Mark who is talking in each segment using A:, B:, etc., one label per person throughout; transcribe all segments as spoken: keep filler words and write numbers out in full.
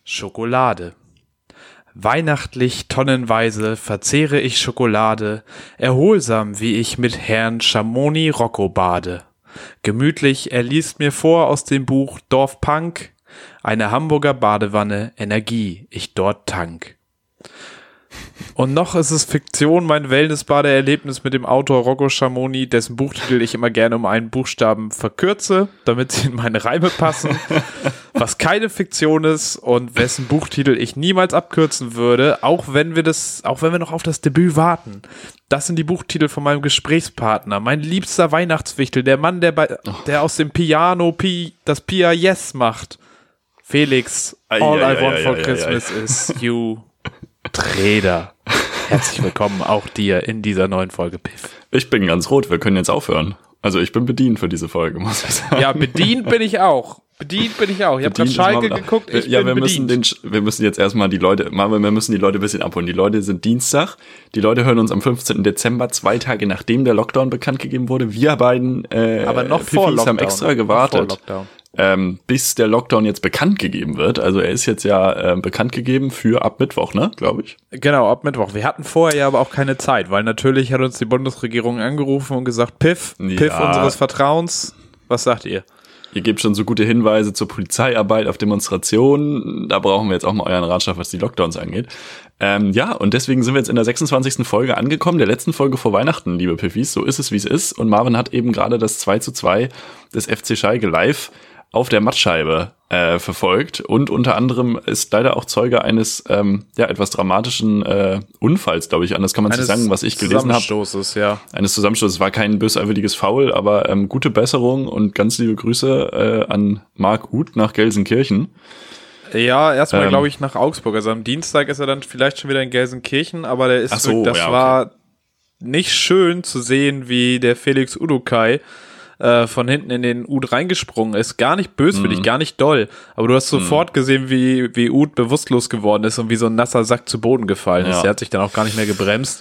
A: Schokolade. Weihnachtlich tonnenweise verzehre ich Schokolade, erholsam wie ich mit Herrn Schamoni Rocco bade. Gemütlich er liest mir vor aus dem Buch Dorf Punk, eine Hamburger Badewanne, Energie, ich dort tank. Und noch ist es Fiktion, mein Wellnessbadeerlebnis mit dem Autor Rocco Schamoni, dessen Buchtitel ich immer gerne um einen Buchstaben verkürze, damit sie in meine Reime passen, was keine Fiktion ist und wessen Buchtitel ich niemals abkürzen würde, auch wenn wir das, auch wenn wir noch auf das Debüt warten. Das sind die Buchtitel von meinem Gesprächspartner, mein liebster Weihnachtswichtel, der Mann, der bei, der aus dem Piano Pi, das Pia Yes macht. Felix, all I want for Christmas is you. Treder. Herzlich willkommen auch dir in dieser neuen Folge Piff.
B: Ich bin ganz rot, wir können jetzt aufhören. Also ich bin bedient für diese Folge, muss ich sagen.
A: Ja, bedient bin ich auch. Bedient bin ich auch. Ich habe gerade Schalke geguckt, ich
B: ja,
A: bin
B: wir
A: bedient.
B: müssen den, wir müssen jetzt erstmal die Leute, wir müssen die Leute ein bisschen abholen. Die Leute sind Dienstag, die Leute hören uns am fünfzehnten Dezember, zwei Tage nachdem der Lockdown bekannt gegeben wurde. Wir beiden äh,
A: Aber noch
B: Piffis
A: vor Lockdown,
B: haben extra gewartet, ähm, bis der Lockdown jetzt bekannt gegeben wird. Also er ist jetzt ja äh, bekannt gegeben für ab Mittwoch, ne, glaube ich.
A: Genau, ab Mittwoch. Wir hatten vorher ja aber auch keine Zeit, weil natürlich hat uns die Bundesregierung angerufen und gesagt, Piff,
B: Ja.
A: Piff unseres Vertrauens, was sagt ihr?
B: Ihr gebt schon so gute Hinweise zur Polizeiarbeit auf Demonstrationen. Da brauchen wir jetzt auch mal euren Ratschlag, was die Lockdowns angeht. Ähm, ja, und deswegen sind wir jetzt in der sechsundzwanzigsten Folge angekommen, der letzten Folge vor Weihnachten, liebe Piffis. So ist es, wie es ist. Und Marvin hat eben gerade das zwei zu zwei des F C Schalke live auf der Mattscheibe äh, verfolgt. Und unter anderem ist leider auch Zeuge eines ähm, ja etwas dramatischen äh, Unfalls, glaube ich. Anders kann man es nicht sagen, was ich gelesen habe.
A: Zusammenstoßes, ja.
B: Eines Zusammenstoßes. Es war kein bösartiges Foul, aber ähm, gute Besserung und ganz liebe Grüße äh, an Marc Uth nach Gelsenkirchen.
A: Ja, erstmal
B: Ähm,
A: glaube ich nach Augsburg. Also am Dienstag ist er dann vielleicht schon wieder in Gelsenkirchen, aber der ist
B: Ach so,
A: wirklich, das
B: ja, okay.
A: war nicht schön zu sehen, wie der Felix Udukai äh, von hinten in den Ud reingesprungen ist. Gar nicht böswillig,
B: Mhm.
A: gar nicht doll. Aber du hast sofort gesehen, wie, wie Ud bewusstlos geworden ist und wie so ein nasser Sack zu Boden gefallen ist.
B: Ja.
A: Der hat sich dann auch gar nicht mehr gebremst.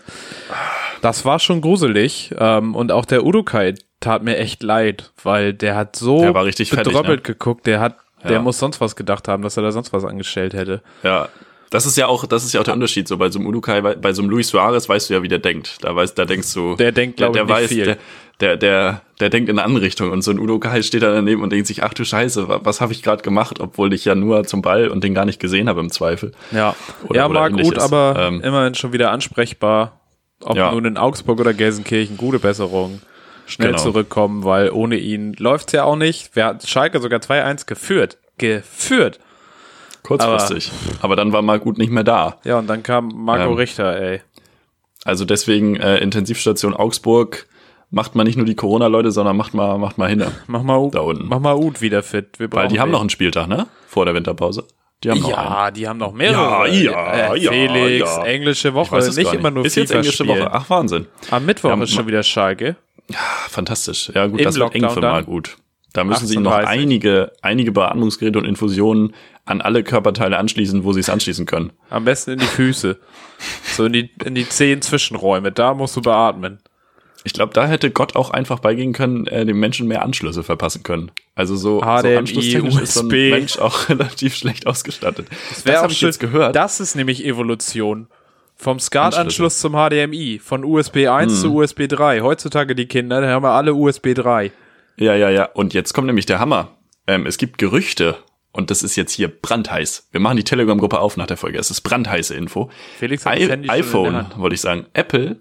A: Das war schon gruselig. Ähm, und auch der Udukai tat mir echt leid, weil der hat so
B: Der war richtig fertig,
A: bedröppelt
B: ne?
A: geguckt. Der hat, der
B: Ja.
A: muss sonst was gedacht haben, dass er da sonst was angestellt hätte.
B: Ja, das ist ja auch, das ist ja auch der Unterschied. So bei so einem Udukai, bei, bei so einem Luis Suarez weißt du ja, wie der denkt. Da weißt, da denkst du,
A: Der denkt,
B: der,
A: glaube
B: der
A: ich, nicht
B: weiß,
A: viel.
B: Der, der, der, der denkt in eine andere Richtung. Und so ein Udukai steht da daneben und denkt sich, ach du Scheiße, wa- was habe ich gerade gemacht, obwohl ich ja nur zum Ball und den gar nicht gesehen habe im Zweifel.
A: Ja,
B: Oder-
A: ja,
B: oder
A: Marc Uth,
B: ähnliches.
A: aber
B: Ähm,
A: immerhin schon wieder ansprechbar. Ob
B: Ja.
A: nun in Augsburg oder Gelsenkirchen, gute Besserung. Schnell
B: Genau.
A: zurückkommen, weil ohne ihn läuft's ja auch nicht. Wer hat Schalke sogar zwei eins geführt? Geführt.
B: Kurzfristig. Aber, aber dann war Marc Uth nicht mehr da.
A: Ja, und dann kam Marco
B: Ähm.
A: Richter, ey.
B: Also deswegen äh, Intensivstation Augsburg, macht mal nicht nur die Corona-Leute, sondern macht mal, macht mal hin.
A: Mach mal, U-
B: Da unten.
A: mach mal Uth wieder fit. Wir
B: Weil
A: brauchen
B: die haben
A: den.
B: noch einen Spieltag, ne? Vor der Winterpause. Die haben noch einen.
A: Ja, die haben noch mehrere.
B: Ja, ja,
A: äh,
B: ja,
A: Felix,
B: ja.
A: englische
B: Ich
A: Woche,
B: weiß es
A: nicht
B: gar
A: immer nur
B: Ist jetzt
A: FIFA
B: englische
A: spielen.
B: Woche. Ach, Wahnsinn.
A: Am Mittwoch
B: Ja,
A: ist schon
B: ma-
A: wieder Schalke.
B: Ah, fantastisch. Ja gut,
A: Im
B: das wird eng
A: Lockdown
B: für
A: dann?
B: Marc Uth. Da müssen sie ihm noch
A: achtzehn Uhr dreißig.
B: einige, einige Beatmungsgeräte und Infusionen an alle Körperteile anschließen, wo sie es anschließen können.
A: Am besten in die Füße. So in die, in die zehn Zwischenräume. Da musst du beatmen.
B: Ich glaube, da hätte Gott auch einfach beigehen können, äh, dem Menschen mehr Anschlüsse verpassen können. Also so,
A: H D M I,
B: so anschlusstechnisch ist so ein
A: U S B.
B: Mensch auch relativ schlecht ausgestattet.
A: Das,
B: Das
A: auch
B: habe ich
A: schön.
B: jetzt gehört.
A: Das ist nämlich Evolution. Vom SCART-Anschluss zum H D M I. Von U S B eins
B: Hm.
A: zu U S B drei. Heutzutage die Kinder, da haben wir alle U S B drei.
B: Ja, ja, ja. Und jetzt kommt nämlich der Hammer. Ähm, es gibt Gerüchte. Und das ist jetzt hier brandheiß. Wir machen die Telegram-Gruppe auf nach der Folge. Es ist brandheiße Info.
A: Felix hat
B: I-
A: das Handy schon in der
B: iPhone,
A: Hand.
B: wollte ich sagen. Apple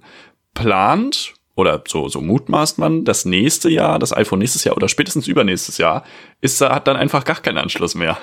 B: plant, oder so, so mutmaßt man, das nächste Jahr, das iPhone nächstes Jahr oder spätestens übernächstes Jahr, ist, da- hat dann einfach gar keinen Anschluss mehr.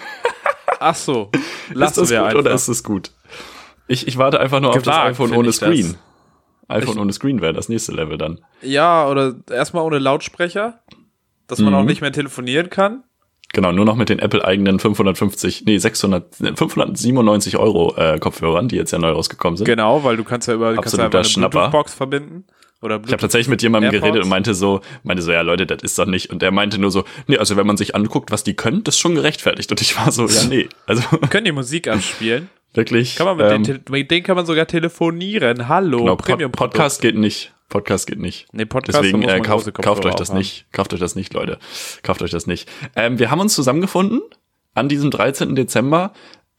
A: Ach so.
B: Ist
A: Lassen
B: das
A: wir
B: gut
A: einfach.
B: oder ist das gut? Ich, ich warte einfach nur auf das
A: Gewagt,
B: iPhone
A: find
B: ohne
A: ich das.
B: Screen. iPhone
A: Ich-
B: ohne Screen wäre das nächste Level dann.
A: Ja, oder erstmal ohne Lautsprecher. Dass man
B: Mhm.
A: auch nicht mehr telefonieren kann.
B: Genau, nur noch mit den Apple-eigenen fünfhundertfünfzig, nee, sechshundert, fünfhundertsiebenundneunzig Euro äh, Kopfhörern, die jetzt ja neu rausgekommen sind.
A: Genau, weil du kannst ja über du kannst ja
B: Absoluter
A: einfach eine
B: Schnapper.
A: Bluetooth-Box verbinden. Oder
B: Ich habe tatsächlich mit jemandem
A: AirPods.
B: geredet und meinte so, meinte so, ja Leute, das ist doch nicht. Und der meinte nur so, nee, also wenn man sich anguckt, was die können, das ist schon gerechtfertigt. Und ich war so, ja nee, also
A: Können die Musik abspielen?
B: wirklich.
A: Kann man mit,
B: ähm,
A: den, mit denen kann man sogar telefonieren. Hallo,
B: genau, Pod
A: Premium
B: Podcast geht nicht. Podcast geht nicht.
A: Nee, Podcast,
B: Deswegen
A: da muss
B: äh,
A: man
B: kauft,
A: große
B: kauft
A: Kopfhörer
B: euch das
A: aufhaben.
B: nicht. Kauft euch das nicht, Leute. Kauft euch das nicht. Ähm, wir haben uns zusammengefunden an diesem dreizehnten Dezember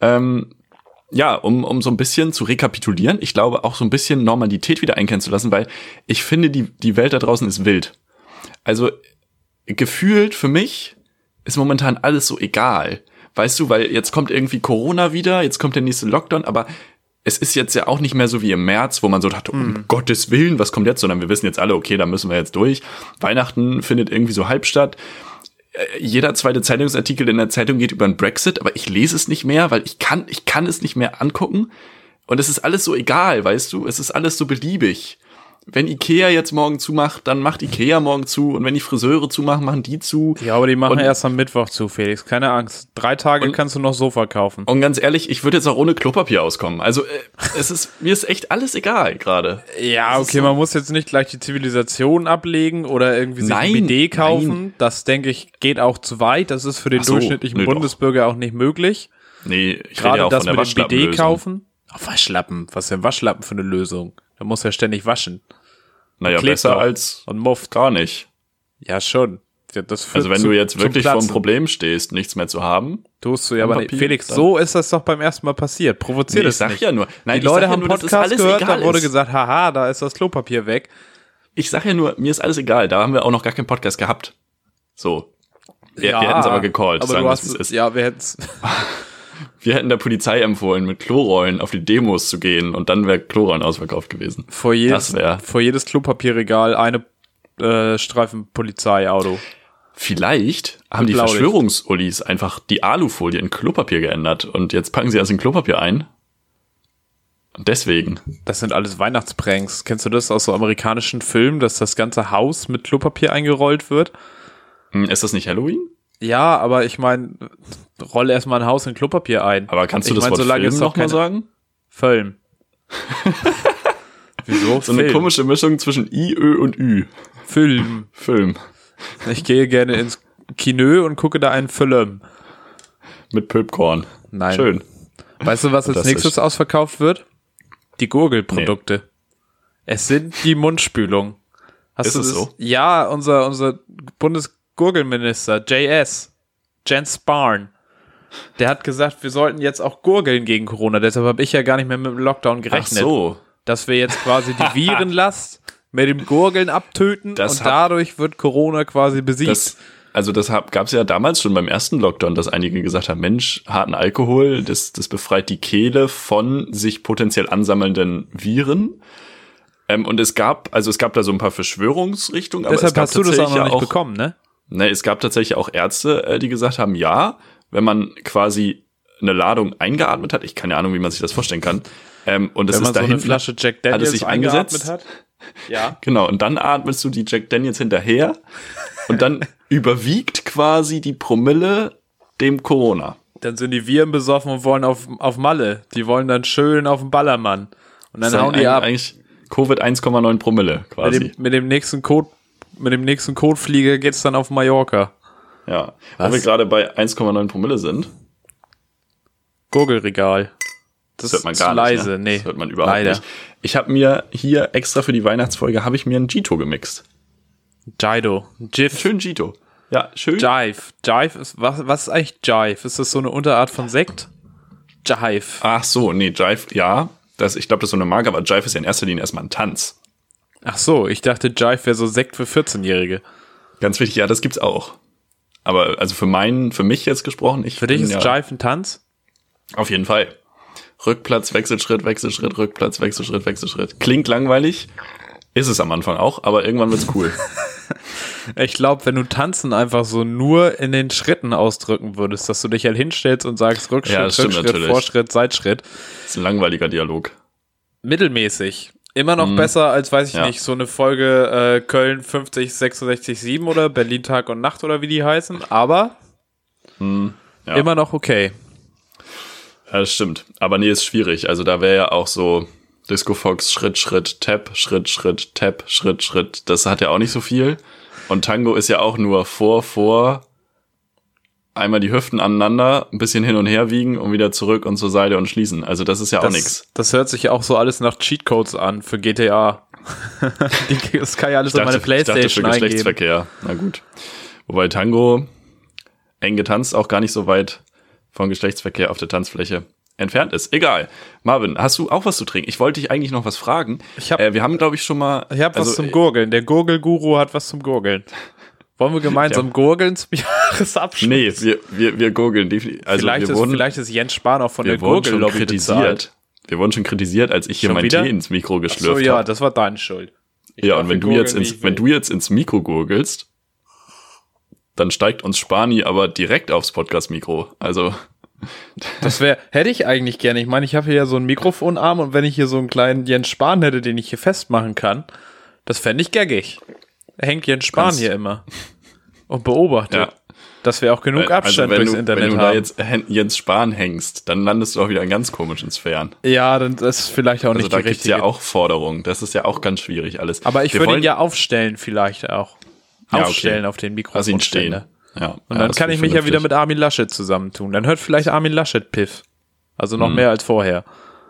B: Ähm, ja, um, um so ein bisschen zu rekapitulieren, ich glaube auch so ein bisschen Normalität wieder einkehren zu lassen, weil ich finde, die, die Welt da draußen ist wild. Also gefühlt für mich ist momentan alles so egal. Weißt du, weil jetzt kommt irgendwie Corona wieder, jetzt kommt der nächste Lockdown, aber es ist jetzt ja auch nicht mehr so wie im März, wo man so dachte, um mm. Gottes Willen, was kommt jetzt? Sondern wir wissen jetzt alle, okay, da müssen wir jetzt durch. Weihnachten findet irgendwie so halb statt. Jeder zweite Zeitungsartikel in der Zeitung geht über den Brexit, aber ich lese es nicht mehr, weil ich kann, ich kann es nicht mehr angucken. Und es ist alles so egal, weißt du? Es ist alles so beliebig. Wenn Ikea jetzt morgen zumacht, dann macht Ikea morgen zu. Und wenn die Friseure zumachen, machen die zu.
A: Ja, aber die machen
B: und,
A: erst am Mittwoch zu, Felix. Keine Angst. Drei Tage und, kannst du noch Sofa kaufen.
B: Und ganz ehrlich, ich würde jetzt auch ohne Klopapier auskommen. Also, äh, es ist, mir ist echt alles egal gerade.
A: Ja, okay, so, man muss jetzt nicht gleich die Zivilisation ablegen oder irgendwie sich
B: nein,
A: ein B D kaufen.
B: Nein.
A: Das, denke ich, geht auch zu weit. Das ist für den
B: so,
A: durchschnittlichen
B: nö,
A: Bundesbürger doch auch nicht möglich.
B: Nee, ich
A: Gerade
B: rede ja auch
A: das
B: von der
A: mit dem B D
B: Waschlappenlösung.
A: kaufen. Oh, Waschlappen. Was ist denn Waschlappen für eine Lösung? Da muss ja ständig waschen.
B: Naja,
A: Klebt
B: besser
A: auch.
B: als
A: Und Muft.
B: gar nicht.
A: Ja, schon. Ja, das führt
B: Also wenn
A: zu,
B: du jetzt wirklich vor
A: Platzen.
B: einem Problem stehst, nichts mehr zu haben.
A: Tust du ja aber nicht.
B: Papier,
A: Felix,
B: dann-
A: so ist das doch beim ersten Mal passiert. Provoziert
B: Nee,
A: es
B: ich sag
A: nicht.
B: ja nur. Nein,
A: Die
B: ich
A: Leute
B: sag ja
A: haben
B: nur, dass das
A: Podcast
B: alles
A: gehört,
B: egal
A: da wurde
B: ist.
A: gesagt, haha, da ist das Klopapier weg.
B: Ich sag ja nur, mir ist alles egal. Da haben wir auch noch gar keinen Podcast gehabt. So. Wir, wir hätten es aber gecallt.
A: Aber
B: sagen
A: du
B: wir,
A: hast
B: wie es ist.
A: ja, wir hätten's.
B: Wir hätten der Polizei empfohlen, mit Klorollen auf die Demos zu gehen und dann wäre Klorollen ausverkauft gewesen.
A: Vor jedes,
B: Das wär-
A: vor jedes Klopapierregal eine äh, Streifen Polizeiauto.
B: Vielleicht haben die
A: Blaulicht.
B: Verschwörungsullis einfach die Alufolie in Klopapier geändert und jetzt packen sie das in Klopapier ein. Und deswegen.
A: Das sind alles Weihnachtspranks. Kennst du das aus so amerikanischen Filmen, dass das ganze Haus mit Klopapier eingerollt wird?
B: Hm, Ist das nicht Halloween?
A: Ja, aber ich meine, roll erstmal ein Haus in Klopapier ein.
B: Aber kannst du
A: ich
B: das
A: mein,
B: Wort
A: solange
B: Film
A: es doch
B: noch mal
A: keine-
B: sagen?
A: Film. Wieso?
B: So eine
A: Film.
B: komische Mischung zwischen I, Ö und Ü.
A: Film.
B: Film.
A: Ich gehe gerne ins Kino und gucke da einen Film.
B: Mit Pöpcorn.
A: Nein.
B: Schön.
A: Weißt du, was als
B: Das
A: nächstes
B: ist-
A: ausverkauft wird? Die Gurgelprodukte. Es sind die Mundspülung. Hast
B: Ist
A: du
B: es
A: das?
B: so?
A: Ja, unser, unser Bundesgurgelminister, J S, Jens Spahn, der hat gesagt, wir sollten jetzt auch gurgeln gegen Corona. Deshalb habe ich ja gar nicht mehr mit dem Lockdown
B: Ach
A: gerechnet.
B: so.
A: Dass wir jetzt quasi die Virenlast mit dem Gurgeln abtöten
B: Das
A: und
B: hab-
A: dadurch wird Corona quasi besiegt.
B: Das, also das gab es ja damals schon beim ersten Lockdown, dass einige gesagt haben, Mensch, harten Alkohol, das, das befreit die Kehle von sich potenziell ansammelnden Viren. Ähm, und es gab, also es gab da so ein paar Verschwörungsrichtungen, aber es
A: Deshalb
B: gab
A: hast du das auch
B: tatsächlich
A: noch nicht
B: auch,
A: bekommen, ne?
B: Ne, es gab tatsächlich auch Ärzte, äh, die gesagt haben, ja, wenn man quasi eine Ladung eingeatmet hat, ich keine Ahnung, wie man sich das vorstellen kann, ähm, und es
A: Wenn man
B: ist
A: so
B: dahin,
A: eine Flasche Jack
B: hat es
A: Daniels
B: sich
A: eingeatmet
B: eingesetzt.
A: hat. Ja.
B: Genau, und dann atmest du die Jack Daniels hinterher und dann überwiegt quasi die Promille dem Corona.
A: Dann sind die Viren besoffen und wollen auf, auf Malle. Die wollen dann schön auf den Ballermann. Und dann
B: Das ist
A: hauen die ab.
B: eigentlich Covid eins Komma neun Promille
A: Mit
B: quasi.
A: dem, mit dem nächsten Code, mit dem nächsten Kotflieger geht's dann auf Mallorca.
B: Ja,
A: Was?
B: wo wir gerade bei eins Komma neun Promille sind,
A: Gurgelregal. Das,
B: das hört man
A: ist
B: gar
A: zu leise.
B: nicht. Ne?
A: Nee.
B: Das hört man überhaupt
A: leider.
B: nicht. Ich habe mir hier extra für die Weihnachtsfolge habe ich mir einen Jito gemixt.
A: Jido. Jiff.
B: Schön Jito. Ja, schön.
A: Jive. Jive ist, was, was ist eigentlich Jive? Ist das so eine Unterart von Sekt? Jive.
B: Ach so, nee, Jive, ja. Das, ich glaube, das ist so eine Marke, aber Jive ist ja in erster Linie erstmal ein Tanz.
A: Ach so, ich dachte Jive wäre so Sekt für vierzehnjährige.
B: Ganz wichtig, ja, das gibt's auch. Aber also für meinen, für mich jetzt gesprochen, ich
A: Für dich
B: bin
A: ist
B: ja,
A: Jive ein Tanz?
B: auf jeden Fall. Rückplatz, Wechselschritt, Wechselschritt, Rückplatz, Wechselschritt, Wechselschritt. Klingt langweilig, ist es am Anfang auch, aber irgendwann wird's cool.
A: Ich glaube, wenn du Tanzen einfach so nur in den Schritten ausdrücken würdest, dass du dich halt hinstellst und sagst Rückschritt,
B: Ja, das stimmt
A: Rückschritt,
B: natürlich.
A: Vorschritt, Seitschritt.
B: Das ist ein langweiliger Dialog.
A: Mittelmäßig. Immer noch besser als, weiß ich
B: Ja.
A: nicht, so eine Folge äh, Köln fünfzig sechsundsechzig sieben oder Berlin Tag und Nacht oder wie die heißen, aber
B: Ja.
A: immer noch okay.
B: Ja, das stimmt. Aber nee, ist schwierig. Also da wäre ja auch so Disco Fox, Schritt, Schritt, Tap, Schritt, Schritt, Tap, Schritt, Schritt. Das hat ja auch nicht so viel. Und Tango ist ja auch nur vor, vor, einmal die Hüften aneinander, ein bisschen hin und her wiegen und wieder zurück und zur Seite und schließen. Also das ist ja auch nichts.
A: Das, das hört sich ja auch so alles nach Cheatcodes an für G T A. Die, das kann ja alles in meine
B: ich dachte für
A: Playstation eingeben.
B: Geschlechtsverkehr. Na gut. Wobei Tango eng getanzt auch gar nicht so weit von Geschlechtsverkehr auf der Tanzfläche. entfernt ist. Egal. Marvin, hast du auch was zu trinken? Ich wollte dich eigentlich noch was fragen.
A: Ich hab,
B: äh, wir haben, glaube ich, schon mal...
A: Ich habe
B: also,
A: was zum Gurgeln. Der Gurgelguru hat was zum Gurgeln. Wollen wir gemeinsam ja. gurgeln zum Jahresabschluss?
B: Nee, wir, wir, wir gurgeln definitiv. Also
A: vielleicht,
B: wir
A: ist,
B: wurden,
A: vielleicht ist Jens Spahn auch von
B: wir
A: der
B: wurden schon
A: Gurgellobby
B: kritisiert.
A: bezahlt.
B: Wir wurden schon kritisiert, als ich hier
A: schon
B: mein
A: wieder?
B: Tee ins Mikro geschlürft habe.
A: Ach so, ja, hab. Das war deine Schuld. Ich
B: ja, und wenn du, jetzt ins, wenn du jetzt ins Mikro gurgelst, dann steigt uns Spani aber direkt aufs Podcast-Mikro. Also...
A: Das wäre, hätte ich eigentlich gerne. Ich meine, ich habe hier ja so einen Mikrofonarm und wenn ich hier so einen kleinen Jens Spahn hätte, den ich hier festmachen kann, das fände ich gaggig. Hängt Jens Spahn
B: Kannst
A: hier immer und beobachtet. Ja. Dass wir auch genug
B: also
A: Abstand
B: wenn
A: durchs
B: du,
A: Internet
B: haben. Wenn du
A: haben.
B: da jetzt Jens Spahn hängst, dann landest du auch wieder in ganz komischen Sphären.
A: Ja, dann das ist vielleicht auch
B: also
A: nicht
B: da
A: die
B: gibt's
A: richtige.
B: Ja auch Forderungen. Das ist ja auch ganz schwierig alles.
A: Aber ich
B: wir
A: würde
B: wollen,
A: ihn ja aufstellen vielleicht auch.
B: Ja,
A: aufstellen
B: okay.
A: auf den
B: Lass ihn
A: Mikrofonständer.
B: stehen. Ja,
A: und
B: ja,
A: dann kann ich mich ja wieder mit Armin Laschet zusammentun. Dann hört vielleicht Armin Laschet Piff. Also noch hm. mehr als vorher.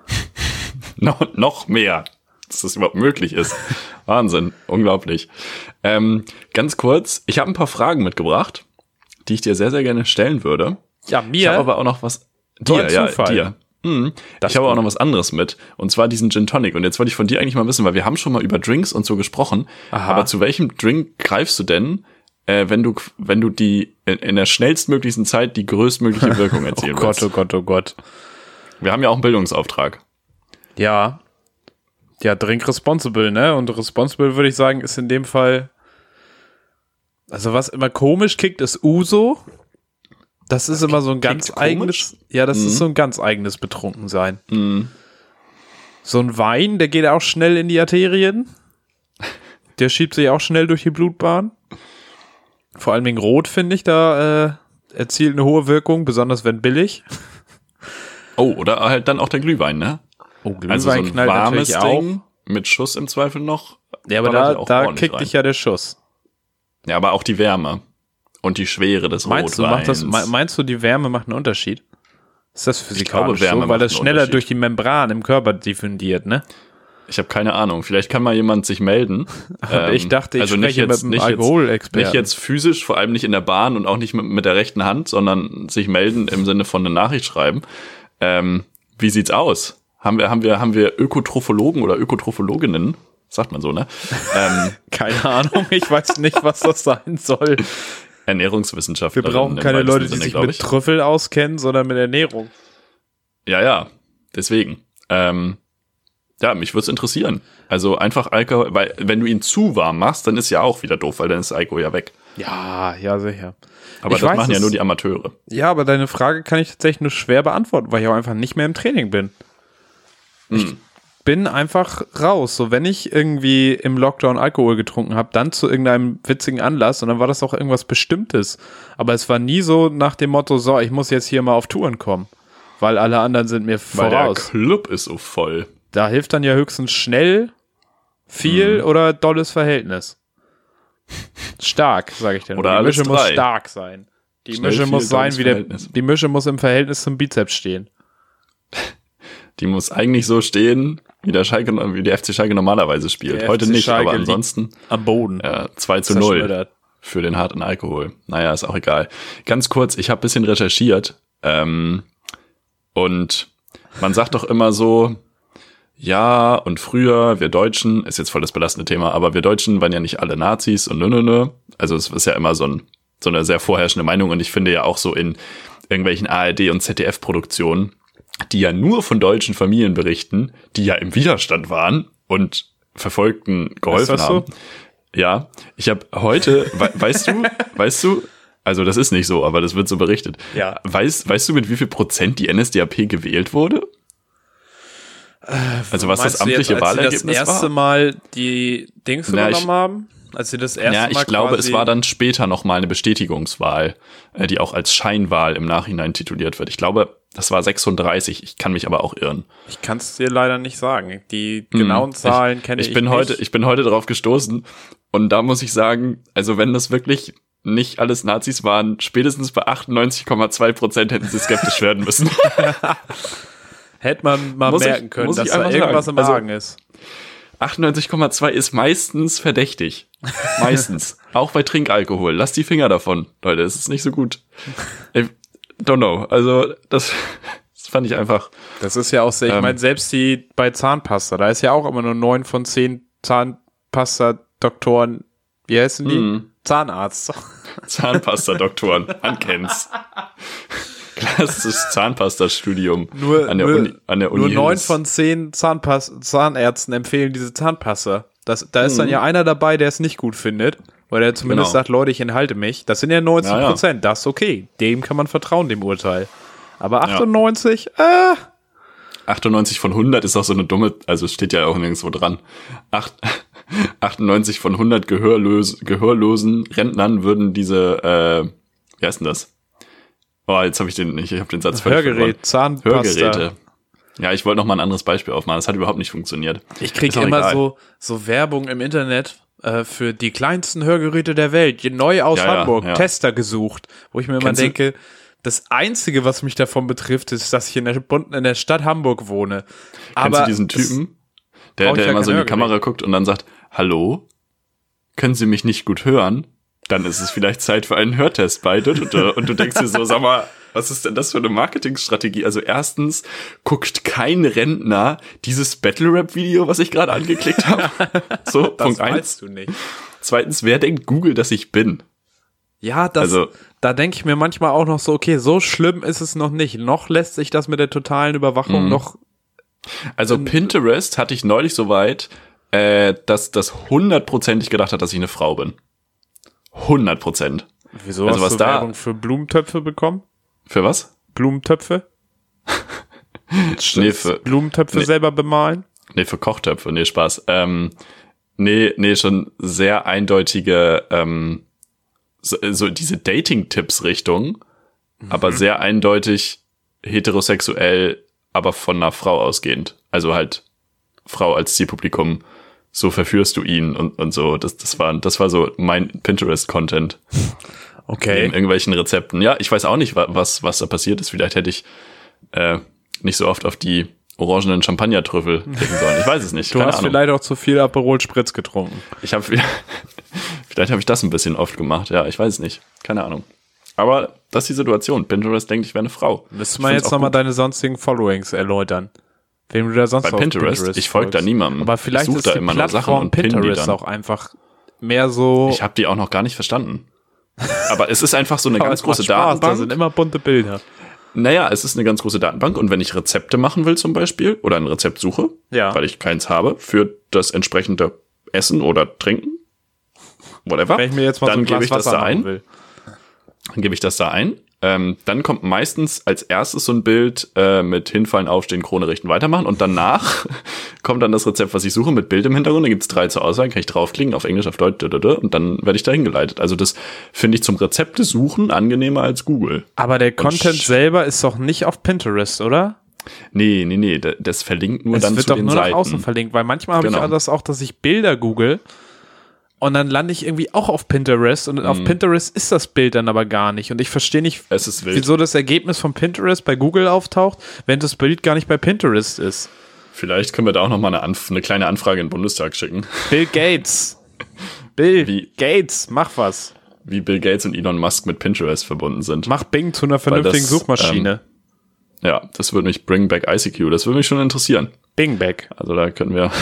B: no, noch mehr, dass das überhaupt möglich ist. Wahnsinn, unglaublich. Ähm, ganz kurz, ich habe ein paar Fragen mitgebracht, die ich dir sehr, sehr gerne stellen würde.
A: Ja, mir?
B: Ich habe aber auch noch was... Dir, ja, dir. Mhm. Ich habe auch noch was anderes mit, und zwar diesen Gin Tonic. Und jetzt wollte ich von dir eigentlich mal wissen, weil wir haben schon mal über Drinks und so gesprochen, Aha. aber zu welchem Drink greifst du denn, äh, wenn du wenn du die in, in der schnellstmöglichsten Zeit die größtmögliche Wirkung erzielen
A: willst? Oh
B: willst?
A: Gott, oh Gott, oh Gott.
B: Wir haben ja auch einen Bildungsauftrag.
A: Ja. Ja, Drink responsible, ne? Und responsible, würde ich sagen, ist in dem Fall, also was immer komisch kickt, ist Uso. Das ist das immer so ein ganz eigenes, komisch? ja, das mhm. ist so ein ganz eigenes Betrunkensein. Mhm. So ein Wein, der geht auch schnell in die Arterien. Der schiebt sich auch schnell durch die Blutbahn. Vor allem wegen Rot, finde ich, da äh, erzielt eine hohe Wirkung, besonders wenn billig.
B: Oh, oder halt dann auch der Glühwein, ne?
A: Oh, Glühwein
B: also so ein
A: knallt
B: warmes
A: natürlich
B: Ding
A: auch.
B: Mit Schuss im Zweifel noch.
A: Ja, aber da, da kickt dich ja der Schuss.
B: Ja, aber auch die Wärme und die Schwere des
A: meinst
B: Rotweins.
A: Du, macht das, meinst du, die Wärme macht einen Unterschied? Ist das physikalisch
B: ich glaube, Wärme
A: so? Weil das schneller durch die Membran im Körper diffundiert, ne?
B: Ich habe keine Ahnung. Vielleicht kann mal jemand sich melden.
A: ähm, ich dachte, ich
B: also
A: spreche
B: nicht jetzt,
A: mit einem Alkoholexperten.
B: Nicht jetzt physisch, vor allem nicht in der Bahn und auch nicht mit, mit der rechten Hand, sondern sich melden im Sinne von eine Nachricht schreiben. Ähm, wie sieht's aus? Haben wir, haben wir, haben wir Ökotrophologen oder Ökotrophologinnen? Sagt man so, ne? ähm,
A: keine Ahnung. Ich weiß nicht, was das sein soll.
B: Ernährungswissenschaftler.
A: Wir brauchen keine Leute, die sich mit Trüffel auskennen, sondern mit Ernährung.
B: Ja, ja. Deswegen. Ähm, Ja, mich würde es interessieren. Also einfach Alkohol, weil wenn du ihn zu warm machst, dann ist ja auch wieder doof, weil dann ist Alkohol ja weg.
A: Ja, ja, sicher.
B: Aber
A: ich
B: das
A: weiß,
B: machen ja nur die Amateure.
A: Ja, aber deine Frage kann ich tatsächlich nur schwer beantworten, weil ich auch einfach nicht mehr im Training bin. Hm. Ich bin einfach raus. So, wenn ich irgendwie im Lockdown Alkohol getrunken habe, dann zu irgendeinem witzigen Anlass und dann war das auch irgendwas Bestimmtes. Aber es war nie so nach dem Motto, so, ich muss jetzt hier mal auf Touren kommen, weil alle anderen sind mir voraus.
B: Weil der Club ist so voll.
A: Da hilft dann ja höchstens schnell, viel mhm. oder dolles Verhältnis. Stark, sage ich dir.
B: Oder
A: die Mische
B: alles
A: muss
B: drei.
A: stark sein. Die
B: Schnell,
A: Mische
B: viel,
A: muss sein, wie der,
B: Verhältnis.
A: die Mische muss im Verhältnis zum Bizeps stehen.
B: Die muss eigentlich so stehen, wie der Schalke, wie der F C Schalke normalerweise spielt.
A: Der
B: Heute
A: F C
B: nicht,
A: Schalke
B: aber ansonsten
A: am Boden.
B: Ja, zwei zu null für den harten Alkohol. Naja, ist auch egal. Ganz kurz, ich habe ein bisschen recherchiert ähm, und man sagt doch immer so, ja, und früher, wir Deutschen, ist jetzt voll das belastende Thema, aber wir Deutschen waren ja nicht alle Nazis und nö, nö, nö. Also es ist ja immer so, ein, so eine sehr vorherrschende Meinung und ich finde ja auch so in irgendwelchen A R D- und Z D F-Produktionen, die ja nur von deutschen Familien berichten, die ja im Widerstand waren und Verfolgten geholfen
A: ist das
B: haben.
A: So?
B: Ja, ich habe heute, we- weißt du, weißt du, also das ist nicht so, aber das wird so berichtet.
A: Ja.
B: Weißt, weißt du, mit wie viel Prozent die N S D A P gewählt wurde? Also was das amtliche
A: jetzt,
B: Wahlergebnis war?
A: Als sie das erste
B: war?
A: Mal die Dings
B: Na,
A: übernommen
B: ich,
A: haben? Als sie das erste
B: ja, ich
A: Mal
B: glaube,
A: quasi
B: es war dann später nochmal eine Bestätigungswahl, die auch als Scheinwahl im Nachhinein tituliert wird. Ich glaube, das war sechsunddreißig. Ich kann mich aber auch irren.
A: Ich kann es dir leider nicht sagen. Die genauen hm, Zahlen kenne ich,
B: ich bin
A: nicht.
B: Heute, ich bin heute drauf gestoßen und da muss ich sagen, also wenn das wirklich nicht alles Nazis waren, spätestens bei achtundneunzig Komma zwei Prozent hätten sie skeptisch werden müssen.
A: Hätte man mal
B: muss
A: merken
B: ich,
A: können, dass da irgendwas
B: sagen.
A: im Argen
B: also,
A: ist.
B: achtundneunzig Komma zwei ist meistens verdächtig. Meistens. Auch bei Trinkalkohol. Lasst die Finger davon, Leute. Es ist nicht so gut. I don't know. Also, das, das fand ich einfach.
A: Das ist ja auch sehr, ich
B: ähm,
A: meine, selbst die bei Zahnpasta, da ist ja auch immer nur neun von zehn Zahnpasta-Doktoren, wie heißen die?
B: Mm.
A: Zahnarzt.
B: Zahnpasta-Doktoren, man kennt's. Klassisches Zahnpasta-Studium
A: Nur,
B: an der
A: nur,
B: Uni. An der Uni
A: nur neun
B: Hills.
A: von zehn Zahnpas- Zahnärzten empfehlen diese Zahnpasta. Das, da ist
B: Mhm.
A: dann ja einer dabei, der es nicht gut findet, weil er zumindest
B: Genau.
A: sagt, Leute, ich enthalte mich. Das sind ja neunzig Prozent, das ist okay. Dem kann man vertrauen, dem Urteil. Aber achtundneunzig, äh...
B: achtundneunzig von hundert ist auch so eine dumme, also es steht ja auch nirgendwo dran. Acht, achtundneunzig von hundert gehörlos, gehörlosen Rentnern würden diese, äh, wie heißt denn das? Oh, jetzt habe ich den nicht, ich habe den Satz völlig
A: Hörgerät, Zahnpasta.
B: Hörgeräte. Ja, ich wollte noch mal ein anderes Beispiel aufmachen. Das hat überhaupt nicht funktioniert.
A: Ich kriege
B: Ist auch
A: immer
B: egal.
A: so, so Werbung im Internet äh, für die kleinsten Hörgeräte der Welt, neu aus
B: Ja, ja,
A: Hamburg,
B: ja.
A: Tester gesucht, wo ich mir immer
B: Kennst du-
A: denke, das Einzige, was mich davon betrifft, ist, dass ich in der, Bund- in der Stadt Hamburg wohne.
B: Kennst
A: Aber
B: du diesen Typen, der,
A: brauch ich
B: der
A: ja
B: immer
A: kein
B: so in die
A: Hörgerät.
B: Kamera guckt und dann sagt, hallo, können Sie mich nicht gut hören? Dann ist es vielleicht Zeit für einen Hörtest bei. Und du, und du denkst dir so, sag mal, was ist denn das für eine Marketingstrategie? Also erstens guckt kein Rentner dieses Battle-Rap-Video, was ich gerade angeklickt habe. So,
A: das
B: Punkt eins.
A: weißt du nicht.
B: Zweitens, wer denkt Google, dass ich bin?
A: Ja, das,
B: Also-
A: da denke ich mir manchmal auch noch so, okay, so schlimm ist es noch nicht. Noch lässt sich das mit der totalen Überwachung
B: Mhm.
A: noch.
B: Also Pinterest hatte ich neulich so weit, äh, dass das hundertprozentig gedacht hat, dass ich eine Frau bin. hundert Prozent.
A: Wieso
B: Also
A: hast
B: was
A: du
B: da-
A: Werbung für Blumentöpfe bekommen?
B: Für was?
A: Blumentöpfe?
B: Nee, für,
A: Blumentöpfe
B: nee.
A: selber bemalen?
B: nee, für Kochtöpfe, nee, Spaß. Ähm, nee, nee, schon sehr eindeutige, ähm, so, so diese Dating-Tipps-Richtung, aber sehr eindeutig heterosexuell, aber von einer Frau ausgehend. Also halt Frau als Zielpublikum, so verführst du ihn und, und so. Das, das war, das war so mein Pinterest-Content.
A: Okay.
B: Neben irgendwelchen Rezepten. Ja, ich weiß auch nicht, wa- was, was da passiert ist. Vielleicht hätte ich äh, nicht so oft auf die orangenen Champagner-Trüffel klicken sollen. Ich weiß es nicht.
A: Du
B: Keine
A: hast
B: Ahnung.
A: vielleicht auch zu viel Aperol Spritz getrunken.
B: Ich habe vielleicht habe ich das ein bisschen oft gemacht. Ja, ich weiß es nicht. Keine Ahnung. Aber das ist die Situation. Pinterest denkt, ich wäre eine Frau.
A: Müsste
B: Ich
A: man
B: find's
A: jetzt
B: auch
A: nochmal
B: gut.
A: deine sonstigen Followings erläutern. Wem du da sonst
B: Bei
A: auf
B: Pinterest? Ich folge da
A: folgst.
B: niemandem.
A: Aber vielleicht
B: Ich such
A: ist
B: da
A: die
B: immer nur Sachen
A: Plattform
B: und pin die
A: Pinterest
B: dann.
A: auch einfach mehr so.
B: Ich habe die auch noch gar nicht verstanden. Aber es ist einfach so eine
A: Aber
B: ganz
A: es macht
B: große
A: Spaß,
B: Datenbank.
A: Da sind immer bunte Bilder.
B: Naja, es ist eine ganz große Datenbank und wenn ich Rezepte machen will zum Beispiel oder ein Rezept suche,
A: Ja.
B: weil ich keins habe, für das entsprechende Essen oder Trinken, whatever,
A: Wenn ich mir jetzt mal
B: dann
A: so ein
B: gebe
A: Glas
B: ich das
A: Wasser
B: da
A: machen
B: ein.
A: will.
B: Dann gebe ich das da ein. Ähm, dann kommt meistens als erstes so ein Bild äh, mit Hinfallen, Aufstehen, Krone richten, weitermachen und danach kommt dann das Rezept, was ich suche, mit Bild im Hintergrund. Da gibt's drei zur Auswahl, kann ich draufklicken, auf Englisch, auf Deutsch, und dann werde ich da hingeleitet. Also das finde ich zum Rezepte suchen angenehmer als Google.
A: Aber der Content
B: sch-
A: selber ist doch nicht auf Pinterest, oder?
B: Nee, nee, nee, d- das verlinkt nur
A: Es
B: dann
A: wird
B: zu
A: doch
B: den
A: nur nach
B: Seiten.
A: außen verlinkt, weil manchmal habe
B: Genau.
A: ich das auch, dass ich Bilder google und dann lande ich irgendwie auch auf Pinterest und auf Pinterest ist das Bild dann aber gar nicht und ich verstehe nicht,
B: Es ist wild.
A: wieso das Ergebnis von Pinterest bei Google auftaucht, wenn das Bild gar nicht bei Pinterest ist.
B: Vielleicht können wir da auch noch mal eine, Anf- eine kleine Anfrage in den Bundestag schicken,
A: Bill Gates. Bill
B: Wie-
A: Gates, mach was.
B: wie Bill Gates und Elon Musk mit Pinterest verbunden sind.
A: Mach Bing zu einer vernünftigen
B: das,
A: Suchmaschine.
B: Ja, das würde mich, Bring Back I C Q, das würde mich schon interessieren.
A: Bing back.
B: Also da können wir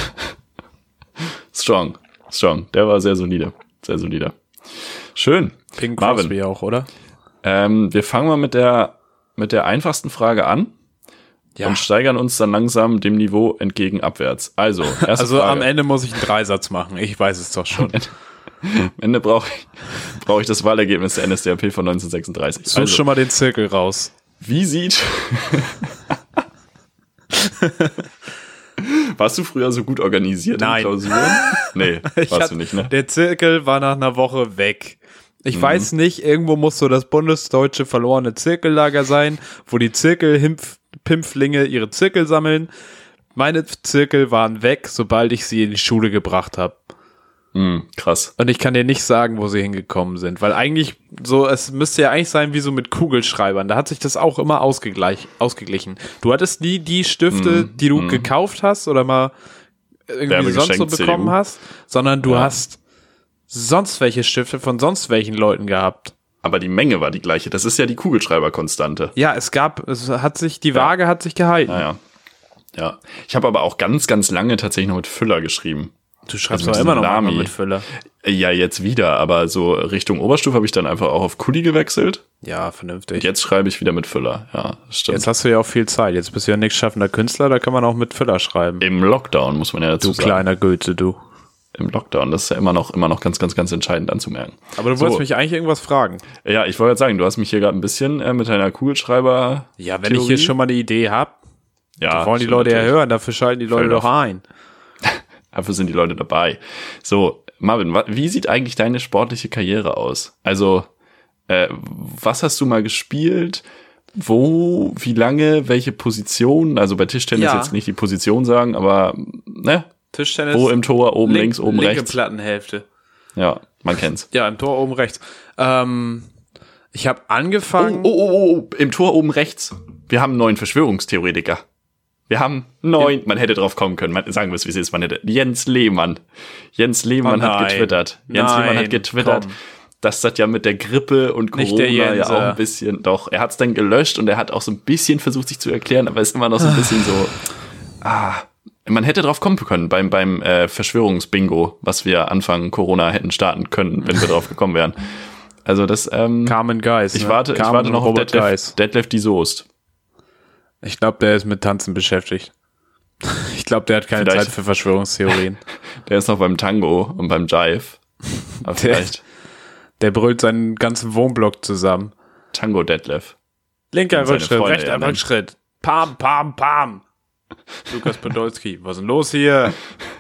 B: strong, strong. Der war sehr solide, sehr solide. Schön.
A: Bing
B: Marvin,
A: Crosby auch, oder?
B: ähm, wir fangen mal mit der mit der einfachsten Frage an
A: Ja.
B: und steigern uns dann langsam dem Niveau entgegen abwärts. Also, erste
A: Also
B: Frage.
A: am Ende muss ich einen Dreisatz machen. Ich weiß es doch schon.
B: Am Ende brauche ich, brauche ich das Wahlergebnis der N S D A P von neunzehnhundertsechsunddreißig.
A: Such
B: Also,
A: schon mal den Zirkel raus.
B: wie sieht... Warst du früher so gut organisiert
A: Nein.
B: in Klausuren? Nee,
A: Ich
B: warst
A: hatte-
B: du nicht, ne?
A: Der Zirkel war nach einer Woche weg. Ich
B: Mhm.
A: weiß nicht, irgendwo muss so das bundesdeutsche verlorene Zirkellager sein, wo die Zirkelpimpflinge ihre Zirkel sammeln. Meine Zirkel waren weg, sobald ich sie in die Schule gebracht habe.
B: Mhm, krass.
A: Und ich kann dir nicht sagen, wo sie hingekommen sind, weil eigentlich so, es müsste ja eigentlich sein wie so mit Kugelschreibern. Da hat sich das auch immer ausgegleich, ausgeglichen. Du hattest nie die Stifte,
B: Mm,
A: die du
B: mm.
A: gekauft hast oder mal irgendwie
B: Werbegeschenk
A: sonst so bekommen
B: C D U.
A: hast, sondern du
B: Ja.
A: hast sonst welche Stifte von sonst welchen Leuten gehabt.
B: aber die Menge war die gleiche. Das ist ja die Kugelschreiberkonstante.
A: Ja, es gab, es hat sich, die Waage ja. hat sich gehalten.
B: Naja. Ja. Ich habe aber auch ganz, ganz lange tatsächlich noch mit Füller geschrieben.
A: Du schreibst also immer noch mal mit Füller.
B: Ja, jetzt wieder, aber so Richtung Oberstufe habe ich dann einfach auch auf Kuli gewechselt.
A: Ja, vernünftig.
B: Und jetzt schreibe ich wieder mit Füller, ja, das stimmt.
A: Jetzt hast du ja auch viel Zeit, jetzt bist du ja nichts schaffender Künstler, da kann man auch mit Füller schreiben.
B: Im Lockdown, muss man ja dazu
A: du
B: sagen.
A: Du kleiner Goethe, du.
B: Im Lockdown, das ist ja immer noch, immer noch ganz, ganz, ganz entscheidend anzumerken.
A: Aber du wolltest so. mich eigentlich irgendwas fragen.
B: Ja, ich wollte jetzt sagen, du hast mich hier gerade ein bisschen äh, mit deiner Kugelschreiber.
A: Ja, wenn Theorie. ich hier schon mal eine Idee habe,
B: ja,
A: wollen die Leute natürlich. ja hören, dafür schalten die Leute
B: Voll
A: doch ein.
B: Dafür sind die Leute dabei. So, Marvin, wie sieht eigentlich deine sportliche Karriere aus? Also, äh, was hast du mal gespielt? Wo, wie lange, welche Position? Also bei Tischtennis ja. jetzt nicht die Position sagen, aber ne?
A: Tischtennis.
B: Wo im Tor, oben link, links, oben
A: linke
B: rechts.
A: Linke Plattenhälfte.
B: Ja, man kennt's.
A: Ja, im Tor oben rechts. Ähm, ich habe angefangen.
B: Oh, oh, oh, oh, im Tor oben rechts. Wir haben einen neuen Verschwörungstheoretiker. Wir haben neun, man hätte drauf kommen können, man, sagen wir es wie es ist, man hätte, Jens Lehmann. Jens Lehmann
A: oh
B: hat getwittert. Jens
A: nein,
B: Lehmann hat getwittert, komm. dass das ja mit der Grippe und Corona ja auch ein bisschen, doch, er hat es dann gelöscht und er hat auch so ein bisschen versucht, sich zu erklären, aber ist immer noch so ein bisschen so, ah, man hätte drauf kommen können beim, beim äh, Verschwörungsbingo, was wir Anfang Corona hätten starten können, wenn wir drauf gekommen wären. Also das, ähm,
A: Carmen Geist.
B: Ich
A: ne?
B: warte,
A: Carmen
B: ich warte noch auf
A: Detlef,
B: Detlef die Soest.
A: Ich glaube, der ist mit Tanzen beschäftigt. Ich glaube, der hat keine vielleicht. Zeit für Verschwörungstheorien.
B: Der ist noch beim Tango und beim Jive. Aber
A: der,
B: vielleicht.
A: Der brüllt seinen ganzen Wohnblock zusammen.
B: Tango Detlef.
A: Linker Rückschritt, rechter ja Rückschritt. Pam, pam, pam. Lukas Podolski, was ist denn los hier?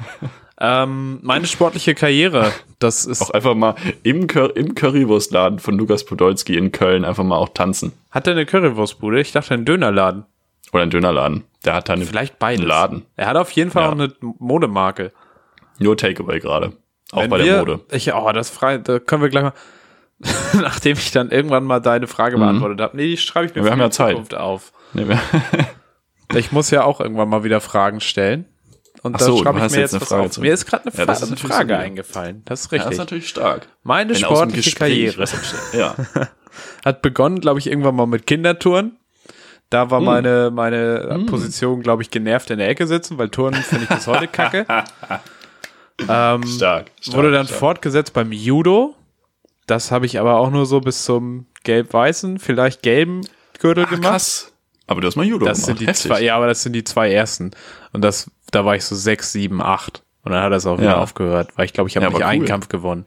A: ähm, meine sportliche Karriere, das ist...
B: Auch einfach mal im, Cur- im Currywurstladen von Lukas Podolski in Köln einfach mal auch tanzen.
A: Hat er eine Currywurstbude? Ich dachte, einen Dönerladen.
B: Oder einen Dönerladen. Der hat dann
A: vielleicht beides.
B: einen Laden.
A: Er hat auf jeden Fall ja. auch eine Modemarke.
B: Nur Takeaway gerade. Auch
A: Wenn
B: bei
A: wir,
B: der Mode.
A: Ich, oh, das frei, da können wir gleich mal, nachdem ich dann irgendwann mal deine Frage mhm. beantwortet habe. Nee, die schreibe ich mir
B: ja, wir haben ja Zeit.
A: Zukunft auf.
B: Nee, wir
A: ich muss ja auch irgendwann mal wieder Fragen stellen. Und da so, schreibe ich mir jetzt, jetzt was auf. Zu. Mir ist gerade eine, ja, Fra- eine Frage so eingefallen. Das ist richtig. Ja,
B: das ist natürlich stark.
A: Meine Wenn sportliche Karriere
B: ja.
A: hat begonnen, glaube ich, irgendwann mal mit Kindertouren. Da war hm. meine, meine hm. Position, glaube ich, genervt in der Ecke sitzen, weil Turnen finde ich bis heute kacke. ähm, stark, stark. Wurde dann stark. fortgesetzt beim Judo. Das habe ich aber auch nur so bis zum gelb-weißen, vielleicht gelben Gürtel Ach, gemacht.
B: Krass. Aber du hast mal Judo
A: das
B: gemacht.
A: Sind die zwei, ja, aber das sind die zwei ersten. Und das, da war ich so sechs, sieben, acht. Und dann hat das auch wieder ja. aufgehört, weil ich glaube, ich habe ja, nicht einen cool. Kampf gewonnen.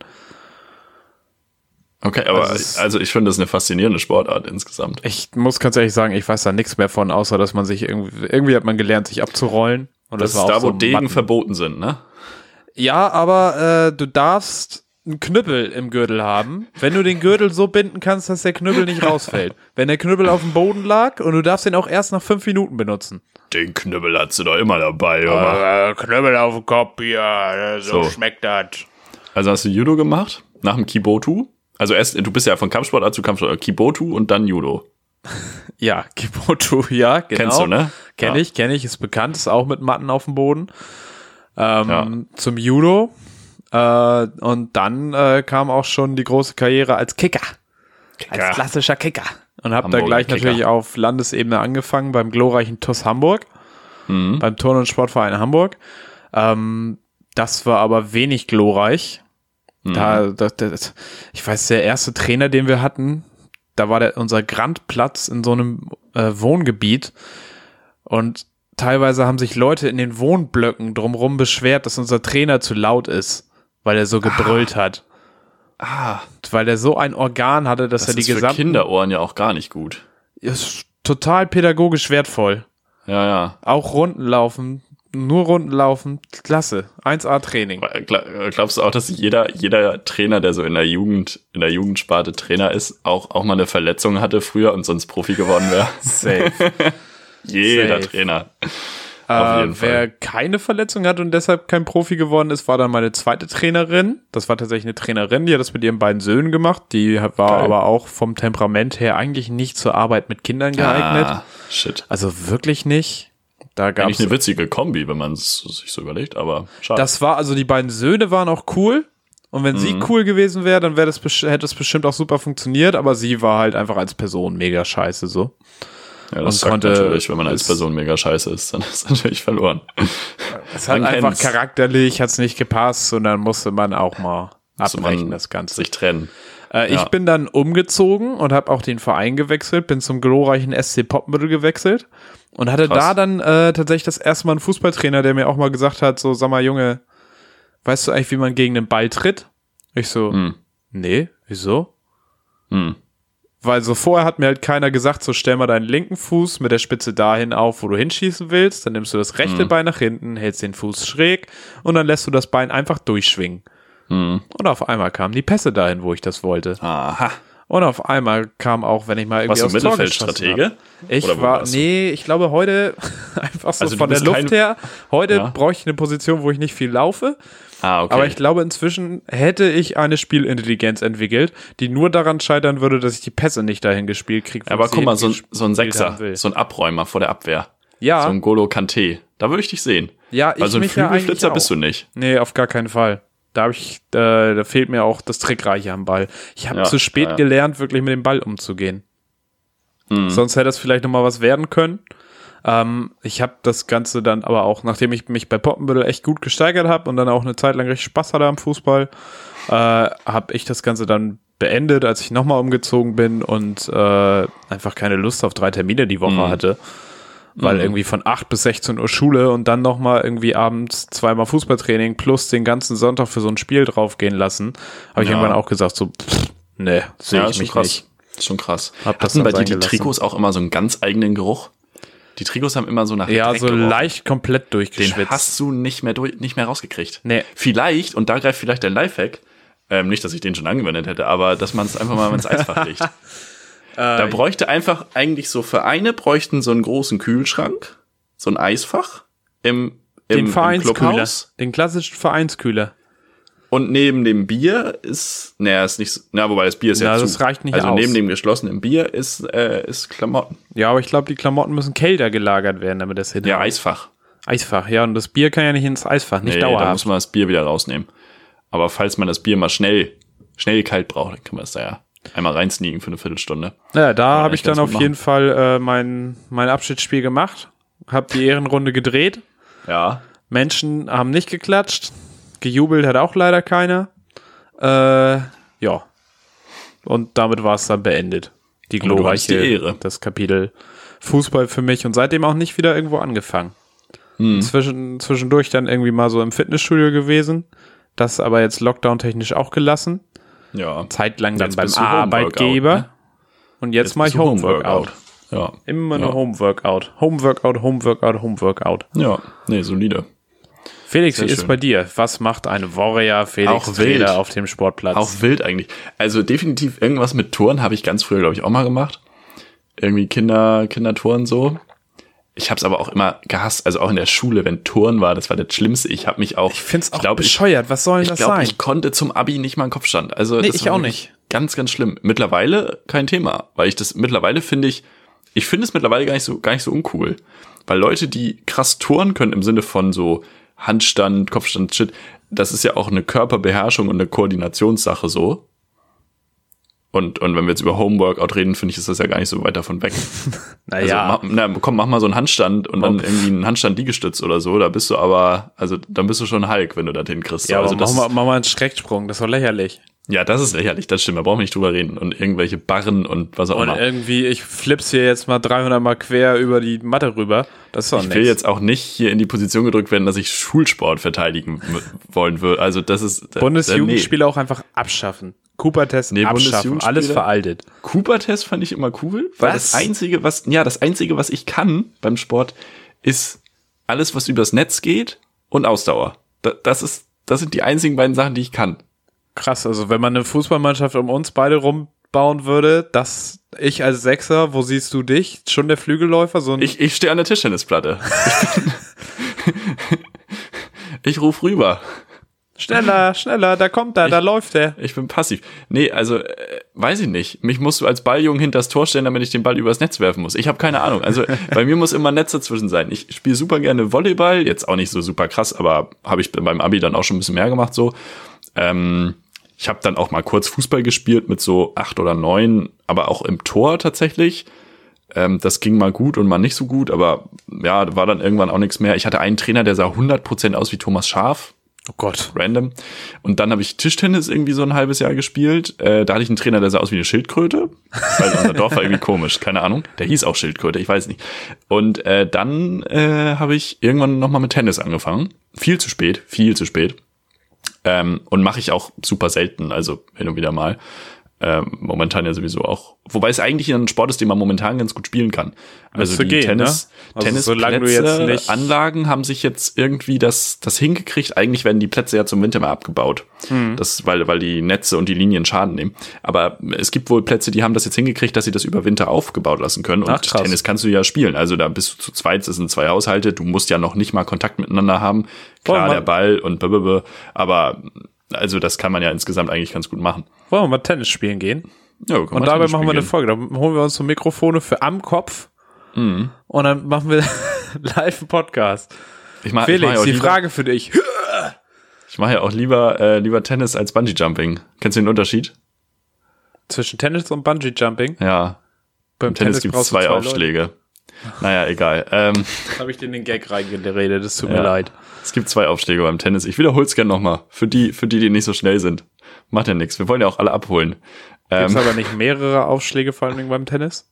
B: Okay, aber also, also ich finde das eine faszinierende Sportart insgesamt.
A: Ich muss ganz ehrlich sagen, ich weiß da nichts mehr von, außer dass man sich irgendwie, irgendwie hat man gelernt, sich abzurollen. Und das,
B: das
A: ist
B: da,
A: auch
B: wo
A: so
B: Degen
A: Matten.
B: verboten sind, ne?
A: Ja, aber äh, du darfst einen Knüppel im Gürtel haben, wenn du den Gürtel so binden kannst, dass der Knüppel nicht rausfällt. Wenn der Knüppel auf dem Boden lag und du darfst den auch erst nach fünf Minuten benutzen.
B: Den Knüppel hast du doch immer dabei, Junge.
A: Äh, Knüppel auf dem Kopf, ja, so, so schmeckt das.
B: Also hast du Judo gemacht, nach dem Kibotu? Also erst, du bist ja von Kampfsportart zu Kampfsport, Kibotu und dann Judo.
A: Ja, Kibotu, ja, genau.
B: Kennst du, ne?
A: Kenn
B: ja.
A: ich, kenn ich, ist bekannt, ist auch mit Matten auf dem Boden. Ähm,
B: ja.
A: Zum Judo. Äh, und dann äh, kam auch schon die große Karriere als Kicker. Kicker. Als klassischer Kicker. Und hab da gleich Kicker. natürlich auf Landesebene angefangen, beim glorreichen T U S Hamburg. Mhm. Beim Turn- und Sportverein Hamburg. Ähm, das war aber wenig glorreich. Mhm. Da, das, das, ich weiß, der erste Trainer, den wir hatten, da war der, unser Grandplatz in so einem äh, Wohngebiet und teilweise haben sich Leute in den Wohnblöcken drumherum beschwert, dass unser Trainer zu laut ist, weil er so gebrüllt
B: ah.
A: hat.
B: Ah.
A: Weil er so ein Organ hatte, dass
B: das
A: er die gesamten...
B: Das ist für Kinderohren ja auch gar nicht gut.
A: Ist total pädagogisch wertvoll.
B: Ja, ja.
A: Auch Runden laufen, nur Runden laufen, klasse. eins A Training.
B: Glaubst du auch, dass jeder, jeder Trainer, der so in der Jugend, in der Jugendsparte Trainer ist, auch, auch mal eine Verletzung hatte früher und sonst Profi geworden wäre?
A: Safe.
B: Jeder
A: Safe.
B: Trainer.
A: Äh,
B: Auf jeden Fall.
A: Wer keine Verletzung hat und deshalb kein Profi geworden ist, war dann meine zweite Trainerin. Das war tatsächlich eine Trainerin, die hat das mit ihren beiden Söhnen gemacht. Die war Geil. aber auch vom Temperament her eigentlich nicht zur Arbeit mit Kindern geeignet.
B: Ah, shit.
A: Also wirklich nicht. Da gab's
B: eigentlich eine witzige Kombi, wenn man es sich so überlegt, aber schade.
A: Das war, also die beiden Söhne waren auch cool Und wenn mhm. sie cool gewesen wäre, dann wäre das hätte es bestimmt auch super funktioniert, aber sie war halt einfach als Person mega scheiße so.
B: Ja, das sagt konnte, natürlich, wenn man als Person mega scheiße ist, dann ist es natürlich verloren.
A: Es hat man einfach kennt's. charakterlich hat's nicht gepasst und dann musste man auch mal abbrechen, das Ganze.
B: Sich trennen.
A: Äh, ja. Ich bin dann umgezogen und habe auch den Verein gewechselt, bin zum glorreichen S C Poppenbüttel gewechselt und hatte Krass. da dann äh, tatsächlich das erste Mal einen Fußballtrainer, der mir auch mal gesagt hat, so, sag mal, Junge, weißt du eigentlich, wie man gegen den Ball tritt? Ich so, hm. nee, wieso? Hm. Weil so vorher hat mir halt keiner gesagt, so stell mal deinen linken Fuß mit der Spitze dahin auf, wo du hinschießen willst, dann nimmst du das rechte mhm. Bein nach hinten, hältst den Fuß schräg und dann lässt du das Bein einfach durchschwingen. Mhm. Und auf einmal kamen die Pässe dahin, wo ich das wollte.
B: Aha.
A: Und auf einmal kam auch, wenn ich mal irgendwie
B: Warst
A: aufs
B: du Mittelfeldstratege?
A: Ich Oder war, nee, ich glaube heute einfach so also von der Luft her, heute ja. brauche ich eine Position, wo ich nicht viel laufe.
B: Ah, okay.
A: Aber ich glaube, inzwischen hätte ich eine Spielintelligenz entwickelt, die nur daran scheitern würde, dass ich die Pässe nicht dahin gespielt kriege.
B: Aber guck mal, so ein, so ein Sechser, so ein Abräumer vor der Abwehr.
A: Ja.
B: So ein Golo Kanté. Da würde ich dich sehen.
A: Ja, ich
B: Also ein Flügelflitzer
A: ja
B: bist du nicht.
A: Nee, auf gar keinen Fall. Da habe ich, äh, da fehlt mir auch das Trickreiche am Ball. Ich habe ja, zu spät ja. gelernt, wirklich mit dem Ball umzugehen. Hm. Sonst hätte das vielleicht nochmal was werden können. Ähm, ich habe das Ganze dann aber auch, nachdem ich mich bei Poppenbüttel echt gut gesteigert habe und dann auch eine Zeit lang richtig Spaß hatte am Fußball, äh, habe ich das Ganze dann beendet, als ich nochmal umgezogen bin und äh, einfach keine Lust auf drei Termine die Woche mhm. hatte. Weil mhm. irgendwie von acht bis sechzehn Uhr Schule und dann nochmal irgendwie abends zweimal Fußballtraining plus den ganzen Sonntag für so ein Spiel draufgehen lassen, habe ich ja. irgendwann auch gesagt, so, pff, nee, sehe ja, ich mich
B: krass.
A: nicht.
B: Das ist schon krass. Hab Hatten bei dir die Trikots auch immer so einen ganz eigenen Geruch? Die Trikots haben immer so nach
A: Ja, so gerochen. Leicht komplett durchgeschwitzt.
B: Den hast du nicht mehr durch, nicht mehr rausgekriegt.
A: Nee.
B: Vielleicht, und da greift vielleicht dein Lifehack, ähm, nicht, dass ich den schon angewendet hätte, aber dass man es einfach mal ins Eisfach legt. Da bräuchte einfach eigentlich so Vereine bräuchten so einen großen Kühlschrank, so ein Eisfach im, im,
A: den Vereinskühler,
B: im Clubhaus.
A: Den klassischen Vereinskühler.
B: Und neben dem Bier ist, naja, ist nicht so, na, wobei das Bier ist ja, ja zu.
A: Das reicht nicht
B: also
A: aus.
B: Neben dem geschlossenen Bier ist, äh, ist Klamotten.
A: Ja, aber ich glaube, die Klamotten müssen kälter gelagert werden, damit das hinhaut.
B: Ja, Eisfach.
A: Eisfach, ja, und das Bier kann ja nicht ins Eisfach, nicht nee, dauerhaft.
B: Da muss man das Bier wieder rausnehmen. Aber falls man das Bier mal schnell, schnell kalt braucht, dann kann man das da ja einmal reinsneaken für eine Viertelstunde.
A: Ja, da habe ich dann auf jeden Fall äh, mein, mein Abschiedsspiel gemacht, habe die Ehrenrunde gedreht.
B: Ja.
A: Menschen haben nicht geklatscht, gejubelt hat auch leider keiner. Äh, ja. Und damit war es dann beendet. Die glorreiche,
B: die Ehre.
A: Das Kapitel Fußball für mich und seitdem auch nicht wieder irgendwo angefangen. Hm. Zwischen, zwischendurch dann irgendwie mal so im Fitnessstudio gewesen, das aber jetzt Lockdown-technisch auch gelassen.
B: Ja.
A: Zeitlang dann beim Arbeitgeber. Ne? Und jetzt, jetzt mache ich Homeworkout.
B: Ja.
A: Immer nur ja. Homeworkout. Homeworkout, Homeworkout, Homeworkout.
B: Ja, nee, solide.
A: Felix, wie ist bei dir? Was macht ein Warrior Felix Trainer auf dem Sportplatz?
B: Auch wild eigentlich. Also definitiv irgendwas mit Touren habe ich ganz früher, glaube ich, auch mal gemacht. Irgendwie Kinder, Kindertouren so. Ich habe es aber auch immer gehasst, also auch in der Schule, wenn Touren war, das war das Schlimmste. Ich habe mich auch...
A: Ich finde es auch glaub, bescheuert, was soll denn das glaub, sein?
B: Ich glaube, ich konnte zum Abi nicht mal einen Kopfstand. Also
A: nee,
B: das
A: ich auch nicht.
B: Ganz, ganz schlimm. Mittlerweile kein Thema, weil ich das mittlerweile finde ich... Ich finde es mittlerweile gar nicht so gar nicht so uncool. Weil Leute, die krass touren können im Sinne von so Handstand, Kopfstand, Shit, das ist ja auch eine Körperbeherrschung und eine Koordinationssache so. Und, und wenn wir jetzt über Homeworkout reden, finde ich, ist das ja gar nicht so weit davon weg.
A: Naja.
B: Also, na, komm, mach mal so einen Handstand und dann irgendwie einen Handstand-Liegestütz oder so, da bist du aber, also dann bist du schon Hulk, wenn du das hinkriegst.
A: Ja,
B: also
A: aber
B: das
A: mach, mal, mach mal einen Schrecksprung, das ist doch lächerlich.
B: Ja, das ist lächerlich, das stimmt, da brauchen wir nicht drüber reden. Und irgendwelche Barren und was auch
A: und
B: immer.
A: Und irgendwie, ich flips hier jetzt mal dreihundert Mal quer über die Matte rüber, das ist doch nichts.
B: Ich will jetzt auch nicht hier in die Position gedrückt werden, dass ich Schulsport verteidigen wollen würde. Also das ist...
A: Bundesjugendspiele nee. auch einfach abschaffen. Cooper-Test nee, abschaffen, alles veraltet.
B: Cooper-Test fand ich immer cool, weil was? das Einzige, was, ja, das Einzige, was ich kann beim Sport, ist alles, was übers Netz geht und Ausdauer. Das ist, das sind die einzigen beiden Sachen, die ich kann.
A: Krass, also wenn man eine Fußballmannschaft um uns beide rumbauen würde, dass ich als Sechser, wo siehst du dich? Schon der Flügelläufer? So ein
B: ich ich stehe an der Tischtennisplatte. Ich, ich ruf rüber.
A: Schneller, schneller, da kommt er,
B: ich,
A: da läuft er.
B: Ich bin passiv. Nee, also, äh, weiß ich nicht. Mich musst du als Balljungen hinters Tor stellen, damit ich den Ball übers Netz werfen muss. Ich habe keine Ahnung. Also, bei mir muss immer ein Netz dazwischen sein. Ich spiele super gerne Volleyball, jetzt auch nicht so super krass, aber habe ich beim Abi dann auch schon ein bisschen mehr gemacht so. Ähm, Ich habe dann auch mal kurz Fußball gespielt mit so acht oder neun, aber auch im Tor tatsächlich. Ähm, das ging mal gut und mal nicht so gut, aber ja, war dann irgendwann auch nichts mehr. Ich hatte einen Trainer, der sah hundert Prozent aus wie Thomas Schaaf.
A: Oh Gott.
B: Random. Und dann habe ich Tischtennis irgendwie so ein halbes Jahr gespielt. Äh, da hatte ich einen Trainer, der sah aus wie eine Schildkröte. Weil unser Dorf war irgendwie komisch, keine Ahnung. Der hieß auch Schildkröte, ich weiß nicht. Und äh, dann äh, habe ich irgendwann nochmal mit Tennis angefangen. Viel zu spät, viel zu spät. Ähm, und mache ich auch super selten, also hin und wieder mal. Ähm, momentan ja sowieso auch. Wobei es eigentlich ein Sport ist, den man momentan ganz gut spielen kann. Also die
A: gehen,
B: Tennis,
A: ne? Also
B: Tennisplätze,
A: nicht
B: Anlagen haben sich jetzt irgendwie das, das hingekriegt. Eigentlich werden die Plätze ja zum Winter mal abgebaut. Hm. Das, weil, weil die Netze und die Linien Schaden nehmen. Aber es gibt wohl Plätze, die haben das jetzt hingekriegt, dass sie das über Winter aufgebaut lassen können. Und
A: Ach, krass.
B: Tennis kannst du ja spielen. Also da bist du zu zweit, das sind zwei Haushalte. Du musst ja noch nicht mal Kontakt miteinander haben. Klar, der Ball und blablabla. Aber also das kann man ja insgesamt eigentlich ganz gut machen.
A: Wollen wir mal Tennis spielen gehen?
B: Ja,
A: und dabei machen wir eine Folge. Dann holen wir uns so Mikrofone für am Kopf mhm. und dann machen wir live einen Podcast.
B: Ich mach,
A: Felix,
B: ich mach
A: die
B: lieber,
A: Frage für dich.
B: Ich mache ja auch lieber, äh, lieber Tennis als Bungee-Jumping. Kennst du den Unterschied?
A: Zwischen Tennis und Bungee-Jumping?
B: Ja.
A: Beim
B: Im Tennis, Tennis gibt es zwei, zwei Aufschläge. Leute. Naja, egal. Ähm,
A: Jetzt habe ich dir in den Gag reingeredet, das tut ja. mir leid.
B: Es gibt zwei Aufschläge beim Tennis. Ich wiederhole es gerne nochmal. Für die, für die, die nicht so schnell sind. Macht ja nichts. Wir wollen ja auch alle abholen.
A: Gibt es ähm, aber nicht mehrere Aufschläge, vor allem beim Tennis?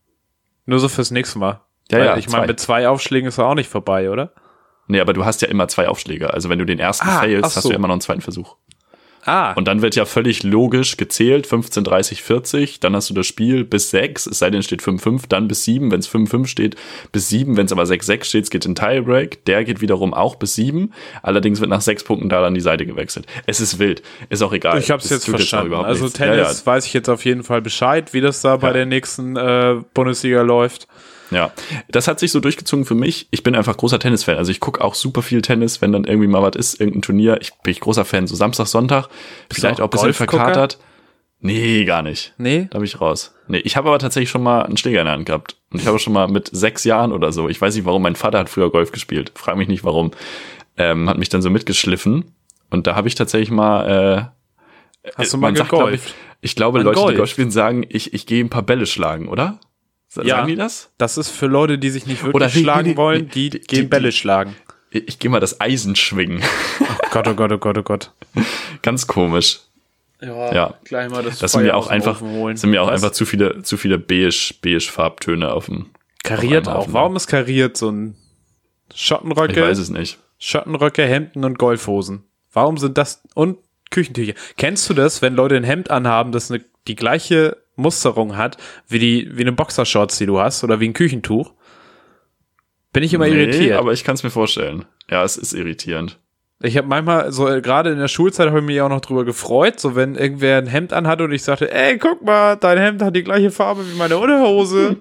A: Nur so fürs nächste Mal.
B: Ja,
A: Weil
B: ja,
A: ich meine, mit zwei Aufschlägen ist er auch nicht vorbei, oder?
B: Nee, aber du hast ja immer zwei Aufschläge. Also wenn du den ersten ah, failst, so. hast du immer noch einen zweiten Versuch.
A: Ah.
B: Und dann wird ja völlig logisch gezählt, fünfzehn, dreißig, vierzig, dann hast du das Spiel bis sechs, es sei denn, es steht fünf fünf, dann bis sieben, wenn es fünf fünf steht, bis sieben, wenn es aber sechs sechs steht, es geht in Tiebreak, der geht wiederum auch bis sieben, allerdings wird nach sechs Punkten da dann die Seite gewechselt. Es ist wild, ist auch egal.
A: Ich hab's
B: das
A: jetzt verstanden,
B: jetzt
A: also
B: nichts.
A: Tennis
B: ja, ja.
A: weiß ich jetzt auf jeden Fall Bescheid, wie das da bei
B: ja.
A: der nächsten äh, Bundesliga läuft.
B: Ja, das hat sich so durchgezogen für mich. Ich bin einfach großer Tennisfan. Also ich gucke auch super viel Tennis, wenn dann irgendwie mal was ist, irgendein Turnier. Ich bin ich großer Fan, so Samstag, Sonntag.
A: Bist
B: vielleicht auch ein bisschen verkatert. Nee, gar nicht.
A: Nee?
B: Da bin ich raus. Nee, ich habe aber tatsächlich schon mal einen Schläger in der Hand gehabt. Und ich habe schon mal mit sechs Jahren oder so, ich weiß nicht warum, mein Vater hat früher Golf gespielt. Frag mich nicht warum. Ähm, hat mich dann so mitgeschliffen. Und da habe ich tatsächlich mal... Äh,
A: Hast du mal gegolft?
B: Glaub ich, ich glaube, Leute, Golf. die Golf spielen, sagen, ich, ich gehe ein paar Bälle schlagen, oder? Sagen
A: ja,
B: die das?
A: Das ist für Leute, die sich nicht wirklich
B: Oder
A: schlagen
B: nee, nee,
A: wollen, die,
B: die,
A: die gehen
B: die,
A: Bälle
B: die,
A: schlagen.
B: Ich, ich gehe mal das Eisen schwingen.
A: Oh Gott, oh Gott, oh Gott, oh Gott.
B: Ganz komisch.
A: Ja,
B: ja.
A: gleich mal das,
B: das sind mir auch einfach, sind mir auch einfach zu viele, zu viele beige, beige Farbtöne auf dem.
A: Kariert auch. Warum ist kariert so ein Schottenröcke?
B: Ich weiß es nicht.
A: Schottenröcke, Hemden und Golfhosen. Warum sind das, und Küchentücher. Kennst du das, wenn Leute ein Hemd anhaben, das eine, die gleiche Musterung hat, wie die, wie eine Boxershorts, die du hast, oder wie ein Küchentuch? Bin ich immer
B: nee,
A: irritiert.
B: Aber ich kann es mir vorstellen. Ja, es ist irritierend.
A: Ich habe manchmal, so gerade in der Schulzeit, habe ich mich auch noch drüber gefreut, so wenn irgendwer ein Hemd anhat und ich sagte, ey, guck mal, dein Hemd hat die gleiche Farbe wie meine Unterhose.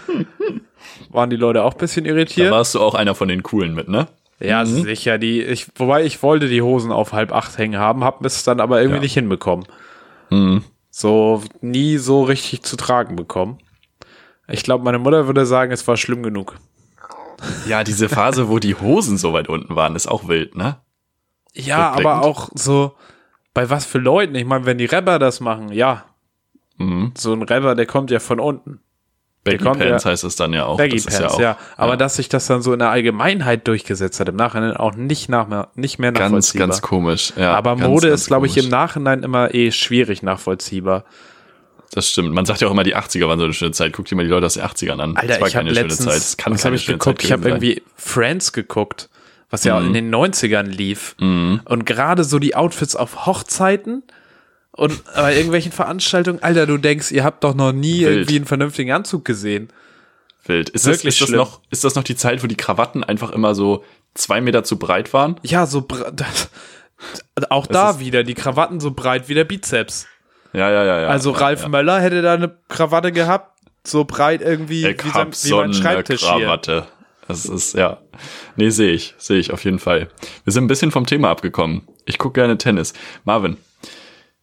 A: Waren die Leute auch ein bisschen irritiert.
B: Da warst du auch einer von den Coolen mit, ne?
A: Ja, mhm. sicher. Die, ich, wobei ich wollte die Hosen auf halb acht hängen haben, hab es dann aber irgendwie ja. nicht hinbekommen.
B: Mhm.
A: So nie so richtig zu tragen bekommen. Ich glaube, meine Mutter würde sagen, es war schlimm genug.
B: Ja, diese Phase, wo die Hosen so weit unten waren, ist auch wild, ne?
A: Ja, aber auch so, bei was für Leuten? Ich meine, wenn die Rapper das machen, ja.
B: Mhm.
A: So ein Rapper, der kommt ja von unten.
B: Baggy Pants ja, heißt es dann ja auch.
A: Baggy
B: das
A: Pants,
B: ist ja, auch,
A: ja. Aber
B: ja.
A: dass sich das dann so in der Allgemeinheit durchgesetzt hat, im Nachhinein auch nicht, nach mehr, nicht mehr nachvollziehbar.
B: Ganz, ganz komisch, ja.
A: Aber
B: ganz,
A: Mode
B: ganz
A: ist, glaube ich, im
B: komisch.
A: Nachhinein immer eh schwierig nachvollziehbar.
B: Das stimmt. Man sagt ja auch immer, die achtziger waren so eine schöne Zeit. Guck dir mal die Leute aus den achtzigern an.
A: Alter,
B: das war
A: ich habe
B: keine
A: letztens,
B: schöne Zeit. Das kann
A: was
B: keine
A: habe ich
B: schöne
A: geguckt?
B: Zeit
A: Ich habe
B: sein.
A: irgendwie Friends geguckt, was ja
B: Mhm.
A: in den neunzigern lief.
B: Mhm.
A: Und gerade so die Outfits auf Hochzeiten und bei irgendwelchen Veranstaltungen. Alter, du denkst, ihr habt doch noch nie
B: Wild.
A: irgendwie einen vernünftigen Anzug gesehen.
B: Wild. Ist das,
A: Wirklich
B: ist, das
A: schlimm.
B: noch, ist das noch die Zeit, wo die Krawatten einfach immer so zwei Meter zu breit waren?
A: Ja, so bra- das, auch
B: Das
A: da
B: ist-
A: wieder, die Krawatten so breit wie der Bizeps.
B: Ja, ja, ja. ja
A: also
B: ja,
A: Ralf
B: ja.
A: Möller hätte da eine Krawatte gehabt, so breit irgendwie
B: Ich
A: wie,
B: hab
A: sein, wie
B: so
A: mein
B: eine
A: Schreibtisch hier.
B: Krawatte. Das ist, ja. Nee, sehe ich. Sehe ich auf jeden Fall. Wir sind ein bisschen vom Thema abgekommen. Ich gucke gerne Tennis. Marvin,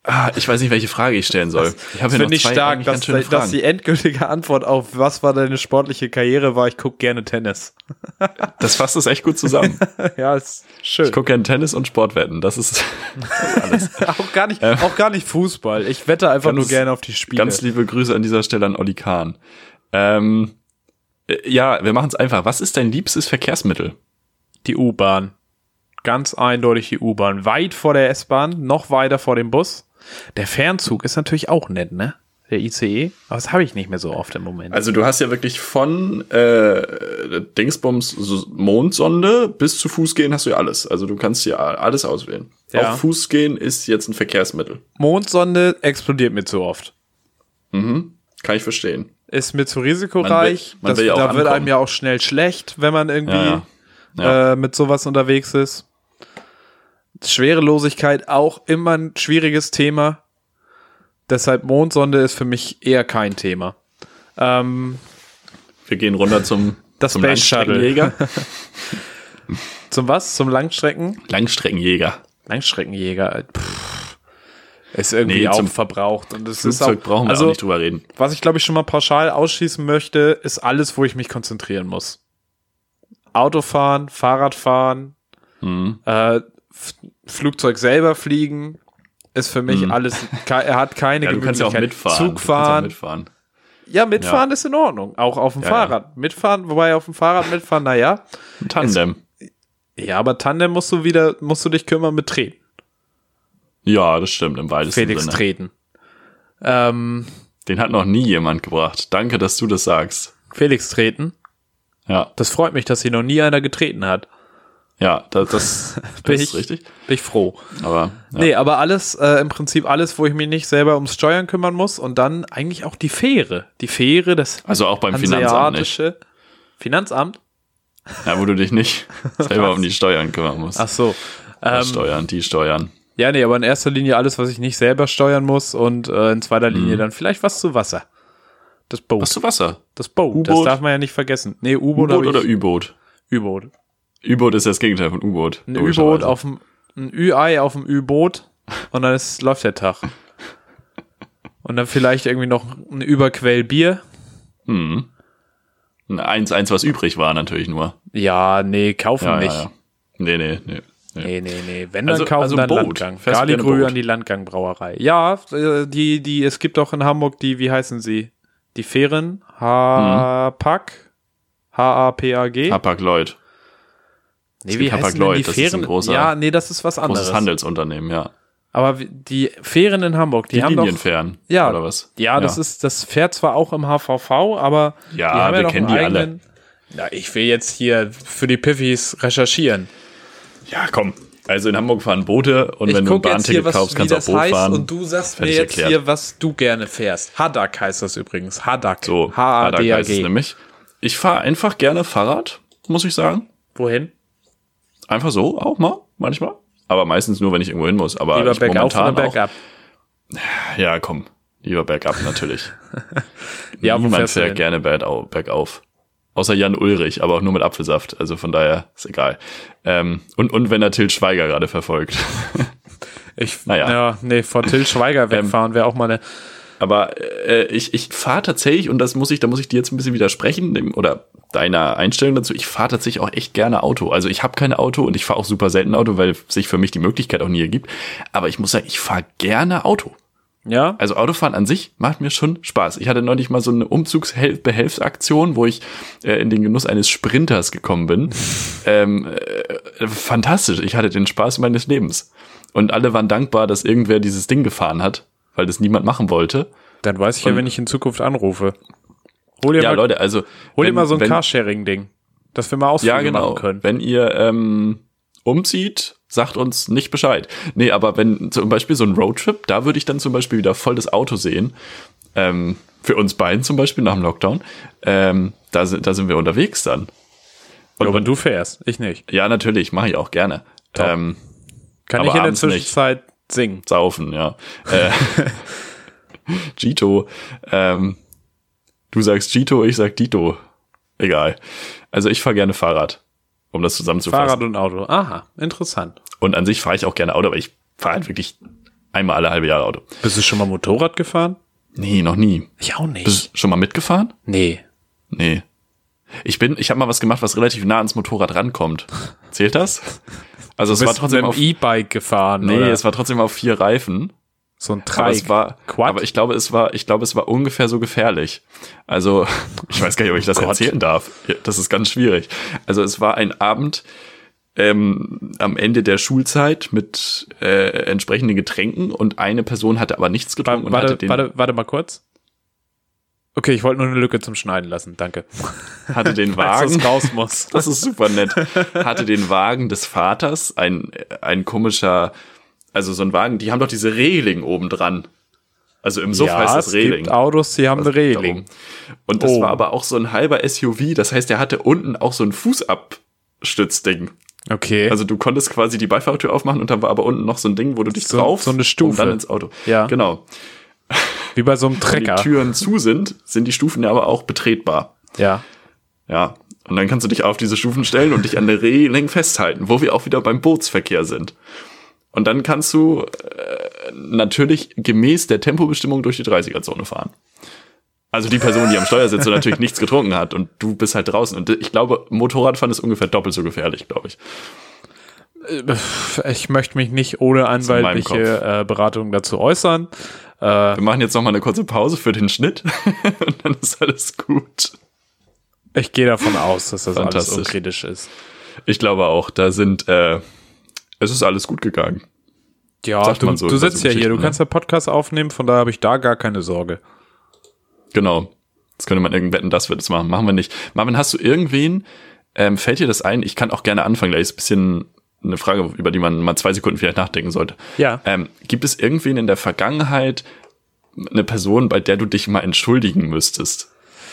B: Ah, ich weiß nicht, welche Frage ich stellen soll. Ich habe ja noch
A: Finde ich
B: zwei
A: stark,
B: eigentlich
A: dass,
B: ganz schöne
A: dass
B: Fragen.
A: die endgültige Antwort auf was war deine sportliche Karriere war, ich gucke gerne Tennis.
B: Das fasst es echt gut zusammen.
A: Ja, ist schön.
B: Ich gucke gerne Tennis und Sportwetten. Das ist, das ist alles.
A: auch, gar nicht, auch gar nicht Fußball. Ich wette einfach
B: Ganz-
A: nur gerne auf die Spiele.
B: Ganz liebe Grüße an dieser Stelle an Olli Kahn. Ähm, äh, ja, wir machen es einfach. Was ist dein liebstes Verkehrsmittel?
A: Die U-Bahn. Ganz eindeutig die U-Bahn. Weit vor der S-Bahn, noch weiter vor dem Bus. Der Fernzug ist natürlich auch nett, ne? Der I C E. Aber das habe ich nicht mehr so oft im Moment.
B: Also du hast ja wirklich von äh, Dingsbums so Mondsonde bis zu Fußgehen hast du ja alles. Also du kannst ja alles auswählen.
A: Ja.
B: Auch Fußgehen ist jetzt ein Verkehrsmittel.
A: Mondsonde explodiert mir zu oft.
B: Mhm. Kann ich verstehen.
A: Ist mir zu risikoreich.
B: Man will- man
A: das,
B: will ja auch
A: da wird
B: ankommen.
A: einem ja auch schnell schlecht, wenn man irgendwie
B: Ja, ja. Ja.
A: Äh, mit sowas unterwegs ist. Schwerelosigkeit auch immer ein schwieriges Thema. Deshalb Mondsonde ist für mich eher kein Thema. Ähm,
B: Wir gehen runter zum,
A: Das
B: zum
A: Space Shuttle.
B: Langstreckenjäger.
A: zum was? Zum Langstrecken?
B: Langstreckenjäger.
A: Langstreckenjäger. Pff, ist irgendwie
B: Nee,
A: auch
B: zum
A: verbraucht. Und es ist auch,
B: Flugzeug brauchen wir
A: also,
B: auch nicht drüber reden.
A: was ich glaube ich schon mal pauschal ausschließen möchte, ist alles, wo ich mich konzentrieren muss. Autofahren, Fahrradfahren,
B: Mhm.
A: äh, F- Flugzeug selber fliegen, ist für mich
B: Mhm.
A: alles, ke- er hat keine
B: Ja, du kannst ja auch
A: Gemütlichkeit.
B: mitfahren.
A: Zug
B: Du kannst auch
A: fahren,
B: mitfahren.
A: ja, mitfahren ist in Ordnung, auch auf dem
B: Ja,
A: Fahrrad. Mitfahren, wobei auf dem Fahrrad mitfahren, naja.
B: Ein Tandem.
A: Ja, aber Tandem musst du wieder, musst du dich kümmern mit Treten.
B: Ja, das stimmt, im weitesten
A: Felix
B: Sinne.
A: treten. Ähm,
B: Den hat noch nie jemand gebracht. Danke, dass du das sagst.
A: Felix treten.
B: Ja,
A: Das freut mich, dass hier noch nie einer getreten hat.
B: ja, das, das,
A: Bin
B: das
A: ich-
B: ist richtig.
A: Bin ich froh.
B: Aber ja.
A: Nee, aber alles, äh, im Prinzip alles, wo ich mich nicht selber ums Steuern kümmern muss und dann eigentlich auch die Fähre. Die Fähre, das
B: Also auch beim Finanzamt nicht.
A: hanseatische Finanzamt?
B: Ja, wo du dich nicht selber um die Steuern kümmern musst.
A: Ach so. Ähm,
B: Das Steuern, die Steuern.
A: ja, nee, aber in erster Linie alles, was ich nicht selber steuern muss und äh, in zweiter Linie dann vielleicht was zu Wasser. Das Boot.
B: Was zu Wasser?
A: Das Boot. Das
B: U-Boot?
A: darf man ja nicht vergessen. Nee, U-Boot,
B: U-Boot
A: hab ich-
B: oder Ü-Boot?
A: U-Boot.
B: U-Boot ist das Gegenteil von U-Boot.
A: Ein U-Boot auf dem, ein Ü-Ei auf dem Ü-Boot und dann ist, läuft der Tag. Und dann vielleicht irgendwie noch ein Überquell Bier.
B: Hm. Eins, eins, was übrig war natürlich nur.
A: Ja, nee, kaufen
B: Ja,
A: nicht.
B: ja, ja. Nee, nee, nee. nee.
A: Nee, nee, nee. Wenn dann
B: Also-
A: kaufen,
B: also
A: dann
B: Boot.
A: Landgang.
B: Fährst du gerne
A: Galigrü
B: Boot?
A: an die Landgang-Brauerei. Ja, äh, die, die, es gibt auch in Hamburg die, wie heißen sie? Die Fähren? H-Pack? H A P A G?
B: Hapag-Lloyd.
A: Nee,
B: es
A: wie
B: gibt
A: heißen denn die
B: Hapag-Lloyd, das ist ein
A: Fähren?
B: großer-
A: Ja, nee, das ist was anderes.
B: Großes Handelsunternehmen, ja.
A: Aber wie- die Fähren in Hamburg, die,
B: Die,
A: haben doch,
B: Linienfähren.
A: ja,
B: Oder was?
A: ja, das ist, das fährt zwar auch im H V V, aber
B: Ja,
A: die haben
B: wir
A: ja noch
B: kennen
A: einen
B: die alle.
A: eigenen. Ja, ich will jetzt hier für die Piffis recherchieren.
B: Ja, komm. Also in Hamburg fahren Boote und
A: Ich
B: wenn du ein
A: gucke jetzt hier,
B: Bahnticket
A: was,
B: kaufst,
A: wie
B: kannst du auch
A: das
B: Boot
A: heißt
B: fahren.
A: und du sagst mir
B: Fertig
A: jetzt
B: erklärt.
A: hier, was du gerne fährst. Hadak heißt das übrigens. Hadak.
B: So,
A: H A D A
B: heißt es
A: G.
B: nämlich. Ich fahre einfach gerne Fahrrad, muss ich sagen.
A: Wohin?
B: Einfach so, auch mal, manchmal. Aber meistens nur, wenn ich irgendwo hin muss. Aber
A: Lieber
B: ich
A: bergauf oder
B: momentan
A: bergab?
B: auch. Ja, komm. Lieber bergab natürlich.
A: Ja, wo
B: Niemand
A: fährst du
B: fährt
A: hin?
B: gerne bergau- bergauf. Außer Jan Ulrich, aber auch nur mit Apfelsaft. Also von daher ist egal. Ähm, und, und wenn er Til Schweiger gerade verfolgt.
A: Ich,
B: Naja.
A: ja, nee, vor Till Schweiger wegfahren wäre auch mal eine.
B: Aber äh, ich, ich fahre tatsächlich, und das muss ich, da muss ich dir jetzt ein bisschen widersprechen, dem, oder deiner Einstellung dazu, ich fahre tatsächlich auch echt gerne Auto. Also ich habe kein Auto und ich fahre auch super selten Auto, weil sich für mich die Möglichkeit auch nie ergibt. Aber ich muss sagen, ich fahre gerne Auto.
A: Ja?
B: Also Autofahren an sich macht mir schon Spaß. Ich hatte neulich mal so eine Umzugsbehelfsaktion, wo ich äh, in den Genuss eines Sprinters gekommen bin. ähm, äh, fantastisch. Ich hatte den Spaß meines Lebens. Und alle waren dankbar, dass irgendwer dieses Ding gefahren hat, weil das niemand machen wollte.
A: Dann weiß ich ja,
B: Und-
A: wenn ich in Zukunft anrufe. Hol dir
B: Ja,
A: mal,
B: Leute, also
A: hol dir
B: wenn-
A: mal so ein
B: wenn-
A: Carsharing-Ding, dass wir mal Ausflüge
B: Ja, genau.
A: machen können.
B: Wenn ihr ähm, umzieht, sagt uns nicht Bescheid. Nee, aber wenn zum Beispiel so ein Roadtrip, da würde ich dann zum Beispiel wieder voll das Auto sehen. Ähm, für uns beiden zum Beispiel nach dem Lockdown. Ähm, da, sind, da sind wir unterwegs dann.
A: Ja, aber du fährst, ich nicht.
B: Ja, natürlich, mache ich auch gerne.
A: Top.
B: Ähm,
A: Kann
B: Aber
A: ich in der
B: abends nicht.
A: Zwischenzeit singen?
B: saufen, ja. Äh, Gito. Ähm, du sagst Gito, ich sag Dito. Egal. Also ich fahre gerne Fahrrad, um das zusammenzufassen.
A: Fahrrad und Auto. Aha, interessant.
B: Und an sich fahre ich auch gerne Auto, aber ich fahre halt wirklich Einmal alle halbe Jahre Auto.
A: Bist du schon mal Motorrad gefahren?
B: Nee, noch nie.
A: Ich auch nicht.
B: Bist du schon mal mitgefahren?
A: Nee.
B: Nee. Ich bin, ich habe mal was gemacht, was relativ nah ans Motorrad rankommt. Zählt das? Also es
A: Du
B: war
A: bist
B: trotzdem
A: mit
B: auf
A: dem E-Bike gefahren,
B: Nee,
A: oder?
B: es war trotzdem auf vier Reifen.
A: So ein
B: Aber
A: Trike.
B: es war,
A: Quad?
B: aber ich glaube, es war, ich glaube, es war ungefähr so gefährlich. Also, ich weiß gar nicht, ob ich das
A: Gott.
B: erzählen darf. Ja, das ist ganz schwierig. Also, es war ein Abend ähm, am Ende der Schulzeit mit äh, entsprechenden Getränken und eine Person hatte aber nichts getrunken und
A: warte,
B: hatte den,
A: warte, warte mal kurz. Okay, ich wollte nur eine Lücke zum Schneiden lassen, danke.
B: hatte den
A: Falls
B: Wagen.
A: das raus muss.
B: Das ist super nett. Hatte den Wagen des Vaters, ein, ein komischer, also so ein Wagen, die haben doch diese Reling oben dran. Also im Suff
A: ja,
B: heißt das
A: es
B: Reling.
A: gibt Autos, die haben eine Reling.
B: Und das
A: Oh.
B: war aber auch so ein halber S U V, das heißt, der hatte unten auch so ein Fußabstützding.
A: Okay.
B: Also du konntest quasi die Beifahrertür aufmachen und dann war aber unten noch so ein Ding, wo du dich
A: So-
B: drauf
A: so eine Stufe.
B: und dann ins Auto.
A: Ja.
B: Genau.
A: Wie bei so einem
B: Wenn
A: Trecker.
B: die Türen zu sind, sind die Stufen ja aber auch betretbar.
A: Ja.
B: Ja. Und dann kannst du dich auf diese Stufen stellen und dich an der Reling festhalten, wo wir auch wieder beim Bootsverkehr sind. Und dann kannst du äh, natürlich gemäß der Tempobestimmung durch die dreißiger-Zone fahren. Also die Person, die am Steuer sitzt und natürlich nichts getrunken hat und du bist halt draußen. Und ich glaube, Motorradfahren ist ungefähr doppelt so gefährlich, glaube ich.
A: Ich möchte mich nicht ohne
B: in meinem
A: anwaltliche äh, Beratung dazu äußern. Äh,
B: Wir machen jetzt noch mal eine kurze Pause für den Schnitt und dann ist alles gut.
A: ich gehe davon aus, dass das alles
B: Fantastisch.
A: unkritisch ist.
B: Ich glaube auch, da sind, äh, es ist alles gut gegangen.
A: Ja,
B: Sagt
A: du,
B: man so
A: du
B: über
A: sitzt
B: so
A: ja hier, du
B: Geschichten,
A: kannst ja Podcast aufnehmen, von daher habe ich da gar keine Sorge.
B: Genau. Das könnte man irgendwetten, das wird es machen. Machen wir nicht. Marvin, hast du irgendwen, ähm, fällt dir das ein? Ich kann auch gerne anfangen, gleich ist ein bisschen eine Frage, über die man mal zwei Sekunden vielleicht nachdenken sollte.
A: Ja.
B: Ähm, gibt es irgendwen in der Vergangenheit, eine Person, bei der du dich mal entschuldigen müsstest?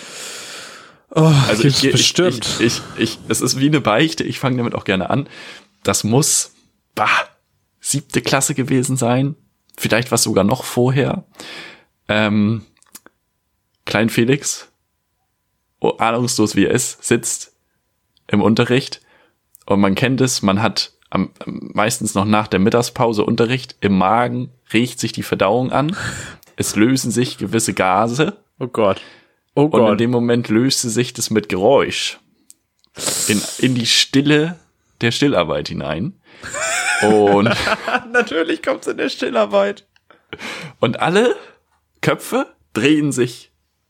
A: Oh,
B: Also
A: gibt's
B: ich,
A: bestimmt.
B: Ich, ich, ich, ich, es ist wie eine Beichte, ich fange damit auch gerne an. Das muss, bah, siebte Klasse gewesen sein. Vielleicht was sogar noch vorher. Ähm, Klein Felix, oh, ahnungslos wie er ist, sitzt im Unterricht und man kennt es, man hat am, meistens noch nach der Mittagspause Unterricht, im Magen regt sich die Verdauung an, es lösen sich gewisse Gase
A: Oh Gott. Oh
B: und in
A: Gott.
B: dem Moment löste sich das mit Geräusch in, in die Stille der Stillarbeit hinein und,
A: Natürlich kommt's in der Stillarbeit.
B: und alle Köpfe drehen sich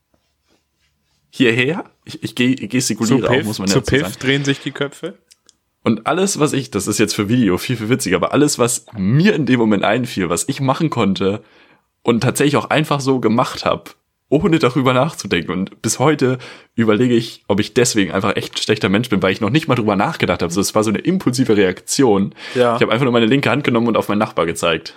B: hierher. Ich, ich ge-
A: Zu
B: gestikuliere auch,
A: Piff,
B: muss man ja
A: zu
B: dazu
A: Piff
B: sagen.
A: drehen sich die Köpfe.
B: Und alles, was ich, das ist jetzt für Video viel, viel witziger, aber alles, was mir in dem Moment einfiel, was ich machen konnte und tatsächlich auch einfach so gemacht habe, ohne darüber nachzudenken. Und bis heute überlege ich, ob ich deswegen einfach echt ein schlechter Mensch bin, weil ich noch nicht mal drüber nachgedacht habe. So, es war so eine impulsive Reaktion.
A: Ja.
B: Ich habe einfach nur meine linke Hand genommen und auf meinen Nachbar gezeigt.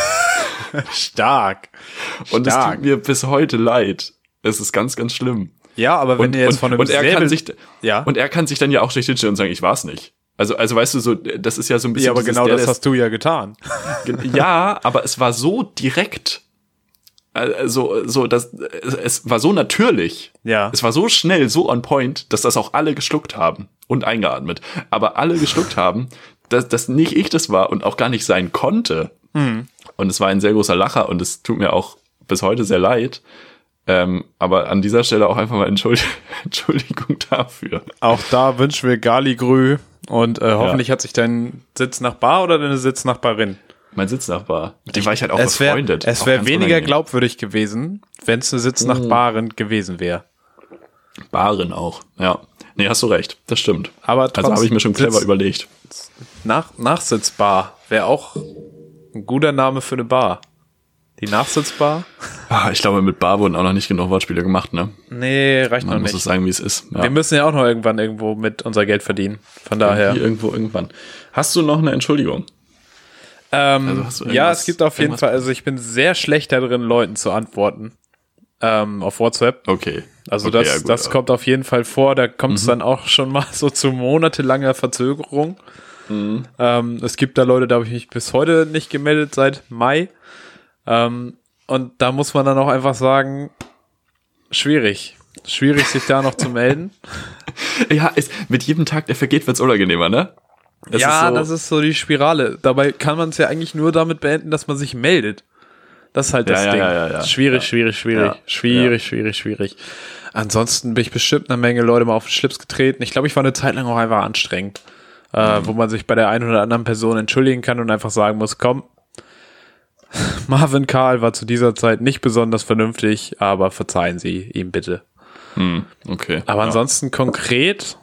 A: Stark.
B: Und es
A: Stark.
B: tut mir bis heute leid. Es ist ganz, ganz schlimm.
A: Ja, aber wenn
B: Und,
A: ihr jetzt
B: und,
A: von einem
B: und er
A: Säbel-
B: kann sich,
A: Ja.
B: und er kann sich dann ja auch schlecht hinstellen und sagen, ich war's nicht. Also, also weißt du, so, das ist ja so ein bisschen.
A: ja, aber
B: dieses,
A: genau
B: der,
A: das
B: der-
A: hast du ja getan.
B: Ja, aber es war so direkt. Also, so, das, es war so natürlich.
A: Ja.
B: Es war so schnell, so on point, dass das auch alle geschluckt haben und eingeatmet. Aber alle geschluckt haben, dass, dass nicht ich das war und auch gar nicht sein konnte.
A: Hm.
B: Und es war ein sehr großer Lacher und es tut mir auch bis heute sehr leid. Ähm, aber an dieser Stelle auch einfach mal Entschuldigung, Entschuldigung dafür.
A: Auch da wünschen wir Galigrü und äh, hoffentlich hat sich dein Sitznachbar oder deine Sitznachbarin.
B: Mein Sitznachbar, mit dem war ich halt auch
A: Es wäre
B: befreundet.
A: es
B: Auch
A: wär
B: ganz
A: weniger
B: unangenehm.
A: glaubwürdig gewesen, wenn es eine Sitznachbarin gewesen wäre.
B: Baren auch, ja. Nee, hast du recht, das stimmt.
A: Aber
B: Also
A: trotz-
B: habe ich mir schon clever
A: Sitz-
B: überlegt.
A: Nach, Nachsitzbar wäre auch ein guter Name für eine Bar. Die Nachsitzbar?
B: Ah, ich glaube, mit Bar wurden auch noch nicht genug Wortspiele gemacht, ne?
A: Nee, reicht
B: Man
A: noch
B: muss
A: nicht.
B: es sagen, wie es ist. Ja.
A: Wir müssen ja auch noch irgendwann irgendwo mit unser Geld verdienen. Von daher.
B: Hier irgendwo irgendwann. Hast du noch eine Entschuldigung?
A: Ähm,
B: Also hast du
A: ja,
B: irgendwas-
A: es gibt auf jeden
B: irgendwas-
A: Fall, also ich bin sehr schlecht da drin, Leuten zu antworten. Ähm, auf WhatsApp.
B: Okay.
A: Also
B: okay,
A: das,
B: ja, gut,
A: das
B: aber-
A: kommt auf jeden Fall vor. Da kommt es dann auch schon mal so zu monatelanger Verzögerung.
B: Mhm.
A: Ähm, es gibt da Leute, da habe ich mich bis heute nicht gemeldet, seit Mai. Ähm, und da muss man dann auch einfach sagen, schwierig. Schwierig, sich da noch zu melden.
B: Ja, ist, mit jedem Tag, der vergeht, wird's unangenehmer, ne? Das
A: ja,
B: ist so,
A: das ist so die Spirale. Dabei kann man es ja eigentlich nur damit beenden, dass man sich meldet. Das ist halt das
B: ja,
A: Ding.
B: Ja, ja, ja,
A: schwierig,
B: ja.
A: schwierig, schwierig.
B: Ja.
A: Schwierig,
B: ja.
A: schwierig, schwierig. Ansonsten bin ich bestimmt eine Menge Leute mal auf den Schlips getreten. Ich glaube, ich war eine Zeit lang auch einfach anstrengend. Mhm. Äh, wo man sich bei der einen oder anderen Person entschuldigen kann und einfach sagen muss, komm, Marvin Karl war zu dieser Zeit nicht besonders vernünftig, aber verzeihen Sie ihm bitte.
B: Hm, okay.
A: Aber
B: ja.
A: ansonsten konkret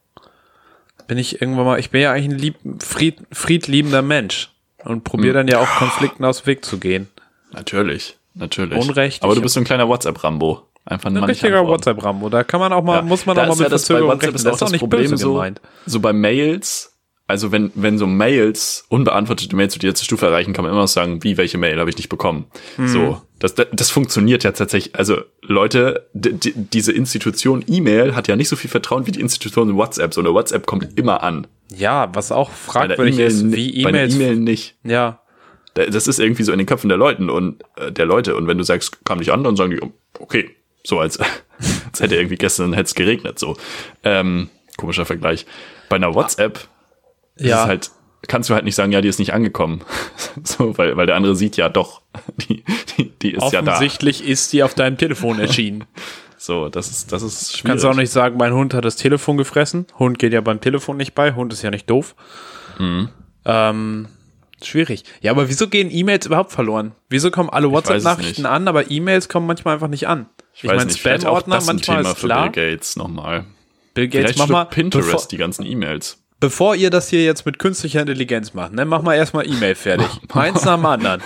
A: bin ich irgendwann mal, ich bin ja eigentlich ein lieb, fried, friedliebender Mensch und probiere dann ja auch Konflikten aus dem Weg zu gehen.
B: Natürlich, natürlich.
A: Unrecht.
B: Aber du bist so ein kleiner WhatsApp-Rambo. Einfach ein,
A: ein richtiger WhatsApp-Rambo. Da kann man auch mal, ja. muss man
B: da
A: auch mal
B: ist
A: mit
B: ja das,
A: Verzögerung
B: bei WhatsApp
A: rechnen.
B: ist auch das Problem so, so bei Mails, also wenn, wenn so Mails, unbeantwortete Mails zu die letzte Stufe erreichen, kann man immer noch sagen, wie, welche Mail habe ich nicht bekommen. Hm. So, das, das, das funktioniert ja tatsächlich. Also Leute, d- d- diese Institution E-Mail hat ja nicht so viel Vertrauen wie die Institution WhatsApp. So eine WhatsApp kommt immer an.
A: Ja, was auch fragwürdig
B: E-Mail,
A: ist, wie E-Mails.
B: Bei E-Mail nicht.
A: Ja.
B: Das ist irgendwie so in den Köpfen der Leuten und äh, der Leute. Und wenn du sagst, kam nicht an, dann sagen die, okay, so als, als hätte irgendwie gestern hätte es geregnet. So ähm, komischer Vergleich. Bei einer WhatsApp
A: ja.
B: ist halt, kannst du halt nicht sagen, ja, die ist nicht angekommen. So, weil, weil der andere sieht ja doch, die, die, die ist ja da.
A: Offensichtlich ist die auf deinem Telefon erschienen.
B: So, das ist, das ist schwierig.
A: Kannst du auch nicht sagen, mein Hund hat das Telefon gefressen. Hund geht ja beim Telefon nicht bei. Hund ist ja nicht doof.
B: Mhm.
A: Ähm, schwierig. Ja, aber wieso gehen E-Mails überhaupt verloren? Wieso kommen alle WhatsApp-Nachrichten an, aber E-Mails kommen manchmal einfach nicht an?
B: Ich, ich meine, Spam-Ordner,
A: manchmal
B: Thema
A: ist klar.
B: für Bill Gates nochmal.
A: Bill Gates,
B: Vielleicht
A: mach mal
B: Pinterest
A: bevor,
B: die ganzen E-Mails.
A: Bevor ihr das hier jetzt mit künstlicher Intelligenz macht, ne, mach mal erstmal E-Mail fertig. Eins nach dem anderen.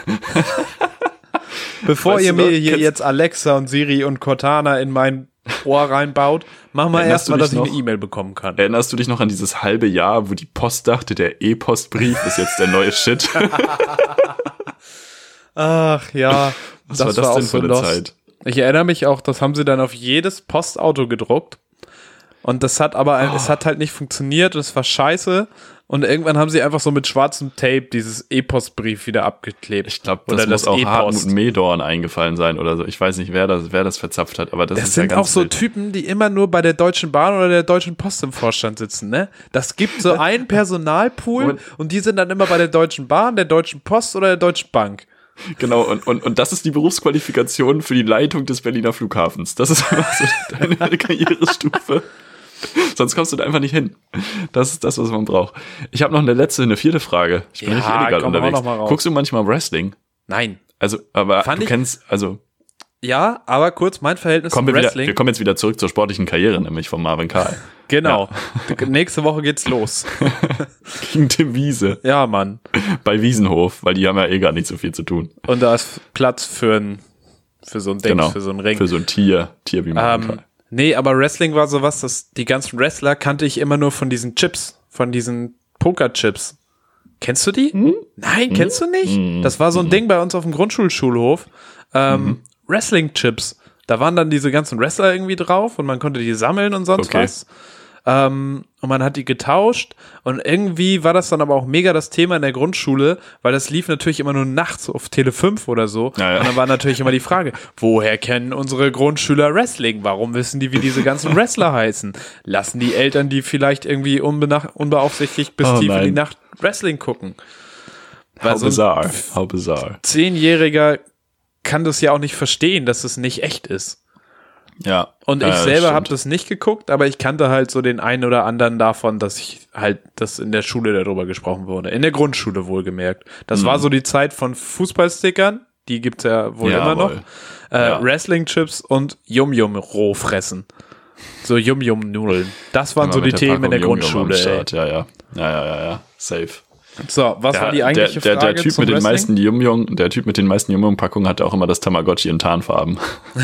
A: Bevor weißt ihr mir hier jetzt Alexa und Siri und Cortana in mein Ohr reinbaut, mach mal erstmal, dass ich eine E-Mail bekommen kann.
B: Erinnerst du dich noch an dieses halbe Jahr, wo die Post dachte, der E-Postbrief ist jetzt der neue Shit?
A: Ach ja,
B: was
A: das
B: war das
A: war
B: denn
A: auch so
B: für eine
A: lost.
B: Zeit?
A: Ich erinnere mich auch, das haben sie dann auf jedes Postauto gedruckt und das hat aber, oh. es hat halt nicht funktioniert und es war scheiße und irgendwann haben sie einfach so mit schwarzem Tape dieses E-Postbrief wieder abgeklebt.
B: Ich glaube, das oder muss das auch Hartmut Medorn eingefallen sein oder so. Ich weiß nicht, wer das, wer das verzapft hat, aber das,
A: das
B: ist
A: sind
B: ja ganz
A: auch so
B: wild.
A: Typen, die immer nur bei der Deutschen Bahn oder der Deutschen Post im Vorstand sitzen, ne? Das gibt so einen Personalpool und, und die sind dann immer bei der Deutschen Bahn, der Deutschen Post oder der Deutschen Bank.
B: Genau, und, und, und das ist die Berufsqualifikation für die Leitung des Berliner Flughafens. Das ist einfach so deine Karrierestufe. Sonst kommst du da einfach nicht hin. Das ist das, was man braucht. Ich habe noch eine letzte, eine vierte Frage. Ich bin
A: ja,
B: richtig illegal
A: komm,
B: unterwegs.
A: noch mal raus.
B: Guckst du manchmal Wrestling?
A: Nein.
B: Also, aber
A: Fand
B: du
A: ich,
B: kennst, also...
A: Ja, aber kurz, mein Verhältnis
B: zum
A: wir
B: Wrestling.
A: Wieder,
B: wir kommen jetzt wieder zurück zur sportlichen Karriere, nämlich von Marvin Karl.
A: Genau. Ja. Nächste Woche geht's los.
B: Gegen Tim Wiese.
A: Ja, Mann.
B: Bei Wiesenhof, weil die haben ja eh gar nicht so viel zu tun.
A: Und da ist Platz für ein, für so ein Ding,
B: genau,
A: für so ein Ring.
B: Für so ein Tier, Tier wie Marvin
A: ähm,
B: Karl.
A: Nee, aber Wrestling war sowas, dass die ganzen Wrestler kannte ich immer nur von diesen Chips, von diesen Poker-Chips. Kennst du die? Hm? Nein, hm? kennst du nicht? Hm? Das war so ein hm? Ding bei uns auf dem Grundschulschulhof. Ähm, hm? Wrestling-Chips. Da waren dann diese ganzen Wrestler irgendwie drauf und man konnte die sammeln und sonst okay. was. Ähm, und man hat die getauscht und irgendwie war das dann aber auch mega das Thema in der Grundschule, weil das lief natürlich immer nur nachts auf Tele fünf oder so. Ja, ja. Und dann war natürlich immer die Frage, woher kennen unsere Grundschüler Wrestling? Warum wissen die, wie diese ganzen Wrestler heißen? Lassen die Eltern die vielleicht irgendwie unbenach- unbeaufsichtigt bis
B: oh,
A: tief
B: nein.
A: in die Nacht Wrestling gucken?
B: How so bizarre, how bizarre.
A: Zehnjähriger kann das ja auch nicht verstehen, dass es nicht echt ist.
B: Ja.
A: Und ich
B: ja,
A: selber habe das nicht geguckt, aber ich kannte halt so den einen oder anderen davon, dass ich halt, dass in der Schule darüber gesprochen wurde. In der Grundschule wohlgemerkt. Das mhm. war so die Zeit von Fußballstickern, die gibt's ja wohl
B: ja,
A: immer noch. Äh,
B: ja.
A: Wrestling-Chips und Yum-Yum-Roh fressen. So Yum-Yum-Nudeln. Das waren
B: Immer
A: so die
B: der
A: Themen
B: Packung
A: in der
B: Yum Yum
A: Grundschule.
B: Ey. Ja, ja. Ja, ja, ja, ja. Safe.
A: So, was
B: der,
A: war die eigentliche
B: der, der,
A: Frage
B: der Typ
A: zum
B: mit den
A: Wrestling?
B: meisten Yum-Yum, der Typ mit den meisten Yum-Yum-Packungen hatte auch immer das Tamagotchi in Tarnfarben.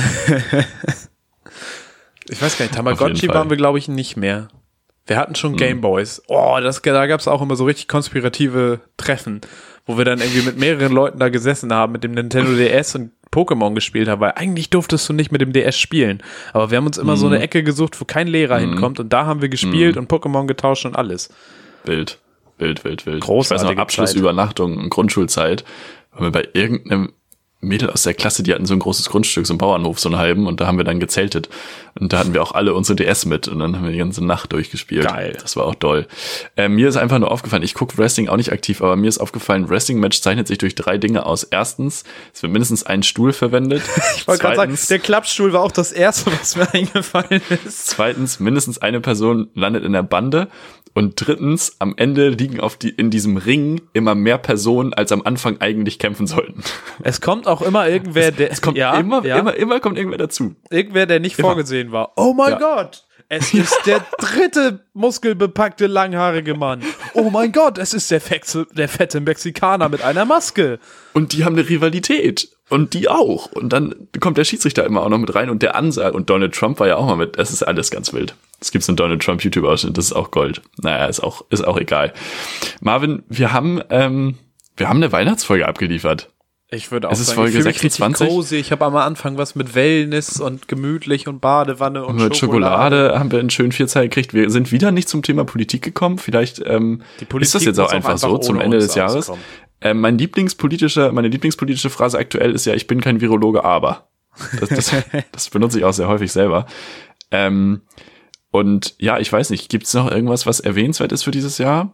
A: Ich weiß gar nicht, Tamagotchi waren wir, glaube ich, nicht mehr. Wir hatten schon Gameboys. Oh, das, da gab es auch immer so richtig konspirative Treffen, wo wir dann irgendwie mit mehreren Leuten da gesessen haben, mit dem Nintendo D S und Pokémon gespielt haben, weil eigentlich durftest du nicht mit dem D S spielen. Aber wir haben uns immer mm. so eine Ecke gesucht, wo kein Lehrer mm. hinkommt und da haben wir gespielt mm. und Pokémon getauscht und alles.
B: Wild, wild, wild, wild.
A: Großartige
B: ich weiß noch, Abschlussübernachtung in Grundschulzeit, weil wir bei irgendeinem Mädel aus der Klasse, die hatten so ein großes Grundstück, so einen Bauernhof, so einen halben, und da haben wir dann gezeltet. Und da hatten wir auch alle unsere D S mit und dann haben wir die ganze Nacht durchgespielt.
A: Geil.
B: Das war auch doll. Äh, mir ist einfach nur aufgefallen, ich gucke Wrestling auch nicht aktiv, aber mir ist aufgefallen, Wrestling-Match zeichnet sich durch drei Dinge aus. Erstens, es wird mindestens ein Stuhl verwendet.
A: Ich wollte gerade sagen, der Klappstuhl war auch das Erste, was mir eingefallen ist.
B: Zweitens, mindestens eine Person landet in der Bande. Und drittens, am Ende liegen auf die, in diesem Ring immer mehr Personen, als am Anfang eigentlich kämpfen sollten.
A: Es kommt auch immer irgendwer, der,
B: es kommt
A: ja,
B: immer,
A: ja.
B: immer, immer kommt irgendwer dazu.
A: Irgendwer, der nicht
B: immer.
A: vorgesehen war. Oh mein ja. Gott! Es ist der dritte muskelbepackte, langhaarige Mann. Oh mein Gott, es ist der, Fexe, der fette Mexikaner mit einer Maske.
B: Und die haben eine Rivalität. Und die auch. Und dann kommt der Schiedsrichter immer auch noch mit rein und der Ansage. Und Donald Trump war ja auch mal mit. Es ist alles ganz wild. Es gibt so einen Donald Trump YouTube-Ausschnitt. Das ist auch Gold. Naja, ist auch, ist auch egal. Marvin, wir haben, ähm, wir haben eine Weihnachtsfolge abgeliefert.
A: Ich würde auch
B: es ist
A: sagen,
B: Folge
A: ich
B: sechsundzwanzig.
A: Cozy. Ich habe am Anfang was mit Wellness und gemütlich und Badewanne und
B: mit
A: Schokolade.
B: Schokolade haben wir einen schönen Vierzeiler gekriegt. Wir sind wieder nicht zum Thema Politik gekommen. Vielleicht ähm,
A: Die Politik
B: ist das jetzt auch einfach, einfach so zum Ende des Jahres. Auskommen. Äh, mein Lieblingspolitische, meine Lieblingspolitische Phrase aktuell ist ja, ich bin kein Virologe, aber. Das, das, das benutze ich auch sehr häufig selber. Ähm, und ja, ich weiß nicht, gibt es noch irgendwas, was erwähnenswert ist für dieses Jahr?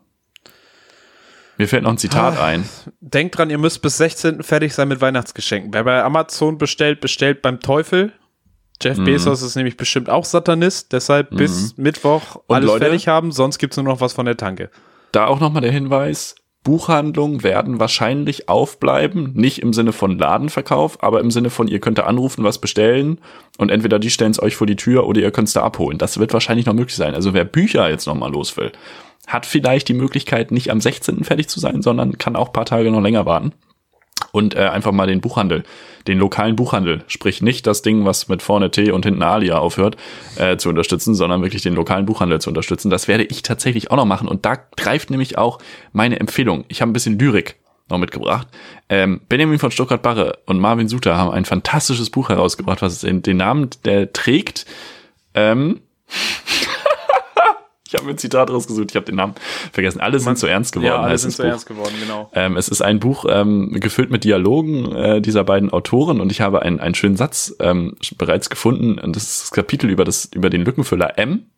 B: Mir fällt noch ein Zitat ein.
A: Denkt dran, ihr müsst bis sechzehnten fertig sein mit Weihnachtsgeschenken. Wer bei Amazon bestellt, bestellt beim Teufel. Jeff mhm. Bezos ist nämlich bestimmt auch Satanist, deshalb mhm. bis Mittwoch
B: und
A: alles
B: Leute,
A: fertig haben, sonst gibt's nur noch was von der Tanke.
B: Da auch nochmal der Hinweis, Buchhandlungen werden wahrscheinlich aufbleiben, nicht im Sinne von Ladenverkauf, aber im Sinne von, ihr könnt da anrufen, was bestellen und entweder die stellen es euch vor die Tür oder ihr könnt es da abholen. Das wird wahrscheinlich noch möglich sein. Also wer Bücher jetzt nochmal los will, hat vielleicht die Möglichkeit, nicht am sechzehnten fertig zu sein, sondern kann auch ein paar Tage noch länger warten. Und äh, einfach mal den Buchhandel, den lokalen Buchhandel, sprich nicht das Ding, was mit vorne T und hinten Alia aufhört, äh, zu unterstützen, sondern wirklich den lokalen Buchhandel zu unterstützen. Das werde ich tatsächlich auch noch machen. Und da greift nämlich auch meine Empfehlung. Ich habe ein bisschen Lyrik noch mitgebracht. Ähm, Benjamin von Stuttgart-Barre und Marvin Suter haben ein fantastisches Buch herausgebracht, was den, den Namen der trägt. Ähm... Ich habe mir ein Zitat rausgesucht, ich habe den Namen vergessen. Alle sind so ernst geworden.
A: Ja, alle sind so ernst geworden, genau.
B: Ähm, es ist ein Buch ähm, gefüllt mit Dialogen äh, dieser beiden Autoren und ich habe einen, einen schönen Satz ähm, bereits gefunden. Und das ist das Kapitel über, das, über den Lückenfüller M.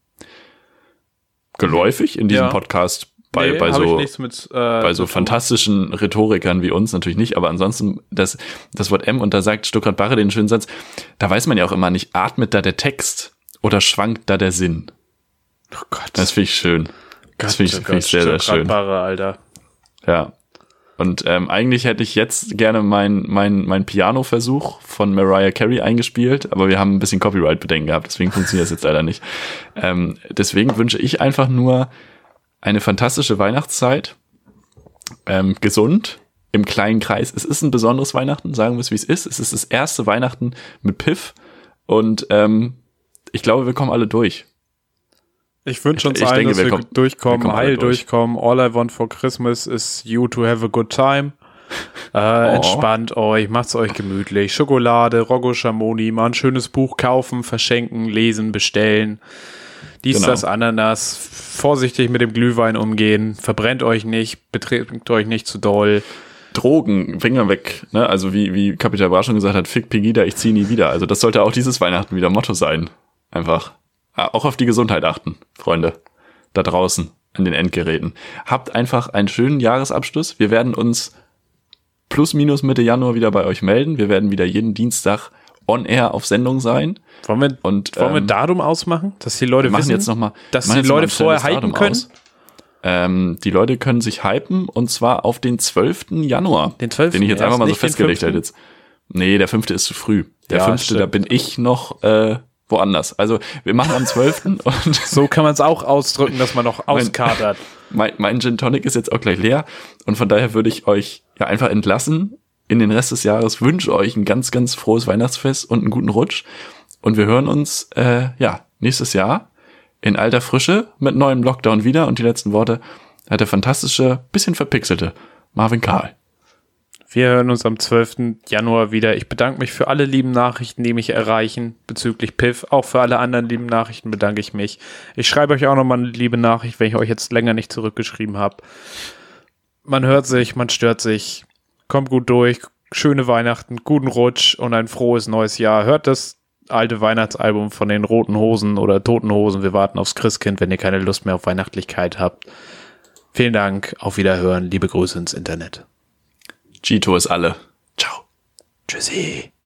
B: Geläufig in diesem ja. Podcast bei, nee, bei so, mit, äh, bei so fantastischen Rhetorikern wie uns natürlich nicht, aber ansonsten das, das Wort M, und da sagt Stuttgart-Barre den schönen Satz, da weiß man ja auch immer nicht, atmet da der Text oder schwankt da der Sinn?
A: Oh Gott.
B: Das finde ich schön. Das finde ich, find ich sehr, sehr schön.
A: Alter.
B: Ja. Und ähm, eigentlich hätte ich jetzt gerne mein, mein, mein Piano-Versuch von Mariah Carey eingespielt, aber wir haben ein bisschen Copyright-Bedenken gehabt, deswegen funktioniert das jetzt leider nicht. Ähm, deswegen wünsche ich einfach nur eine fantastische Weihnachtszeit, ähm, gesund, im kleinen Kreis. Es ist ein besonderes Weihnachten, sagen wir es, wie es ist. Es ist das erste Weihnachten mit Piff und ähm, ich glaube, wir kommen alle durch.
A: Ich wünsche uns ich allen, denke, dass wir, wir durchkommen, wir heil durch. durchkommen. All I want for Christmas is you to have a good time. Äh, oh. Entspannt euch, macht's euch gemütlich. Schokolade, Rocco Schamoni, mal ein schönes Buch kaufen, verschenken, lesen, bestellen. Dies, genau. das, Ananas. Vorsichtig mit dem Glühwein umgehen. Verbrennt euch nicht, betrinkt euch nicht zu doll.
B: Drogen, Finger weg. Ne? Also wie, wie Capital Bra schon gesagt hat, fick Pegida, ich zieh nie wieder. Also das sollte auch dieses Weihnachten wieder Motto sein. Einfach. Auch auf die Gesundheit achten, Freunde, da draußen an den Endgeräten. Habt einfach einen schönen Jahresabschluss. Wir werden uns plus minus Mitte Januar wieder bei euch melden. Wir werden wieder jeden Dienstag on air auf Sendung sein.
A: Wollen wir,
B: Und,
A: wollen wir
B: ähm,
A: Datum ausmachen, dass die Leute
B: machen
A: wissen,
B: jetzt noch mal,
A: dass die Leute vorher hypen können?
B: Ähm, die Leute können sich hypen und zwar auf den zwölften Januar.
A: Den zwölften Den
B: ich jetzt einfach mal so festgelegt hätte. Jetzt. Nee, der fünfte ist zu früh. Der ja, fünfte, stimmt. Da bin ich noch äh, woanders. Also wir machen am zwölften und
A: so kann man es auch ausdrücken, dass man noch auskatert.
B: Mein, mein Gin Tonic ist jetzt auch gleich leer und von daher würde ich euch ja einfach entlassen in den Rest des Jahres, wünsche euch ein ganz, ganz frohes Weihnachtsfest und einen guten Rutsch und wir hören uns äh, ja nächstes Jahr in alter Frische mit neuem Lockdown wieder und die letzten Worte hat der fantastische, bisschen verpixelte Marvin Karl.
A: Wir hören uns am zwölften Januar wieder. Ich bedanke mich für alle lieben Nachrichten, die mich erreichen bezüglich Piff. Auch für alle anderen lieben Nachrichten bedanke ich mich. Ich schreibe euch auch nochmal eine liebe Nachricht, wenn ich euch jetzt länger nicht zurückgeschrieben habe. Man hört sich, man stört sich. Kommt gut durch, schöne Weihnachten, guten Rutsch und ein frohes neues Jahr. Hört das alte Weihnachtsalbum von den Roten Hosen oder Toten Hosen. Wir warten aufs Christkind, wenn ihr keine Lust mehr auf Weihnachtlichkeit habt. Vielen Dank, auf Wiederhören, liebe Grüße ins Internet.
B: Gito ist alle.
A: Ciao. Tschüssi.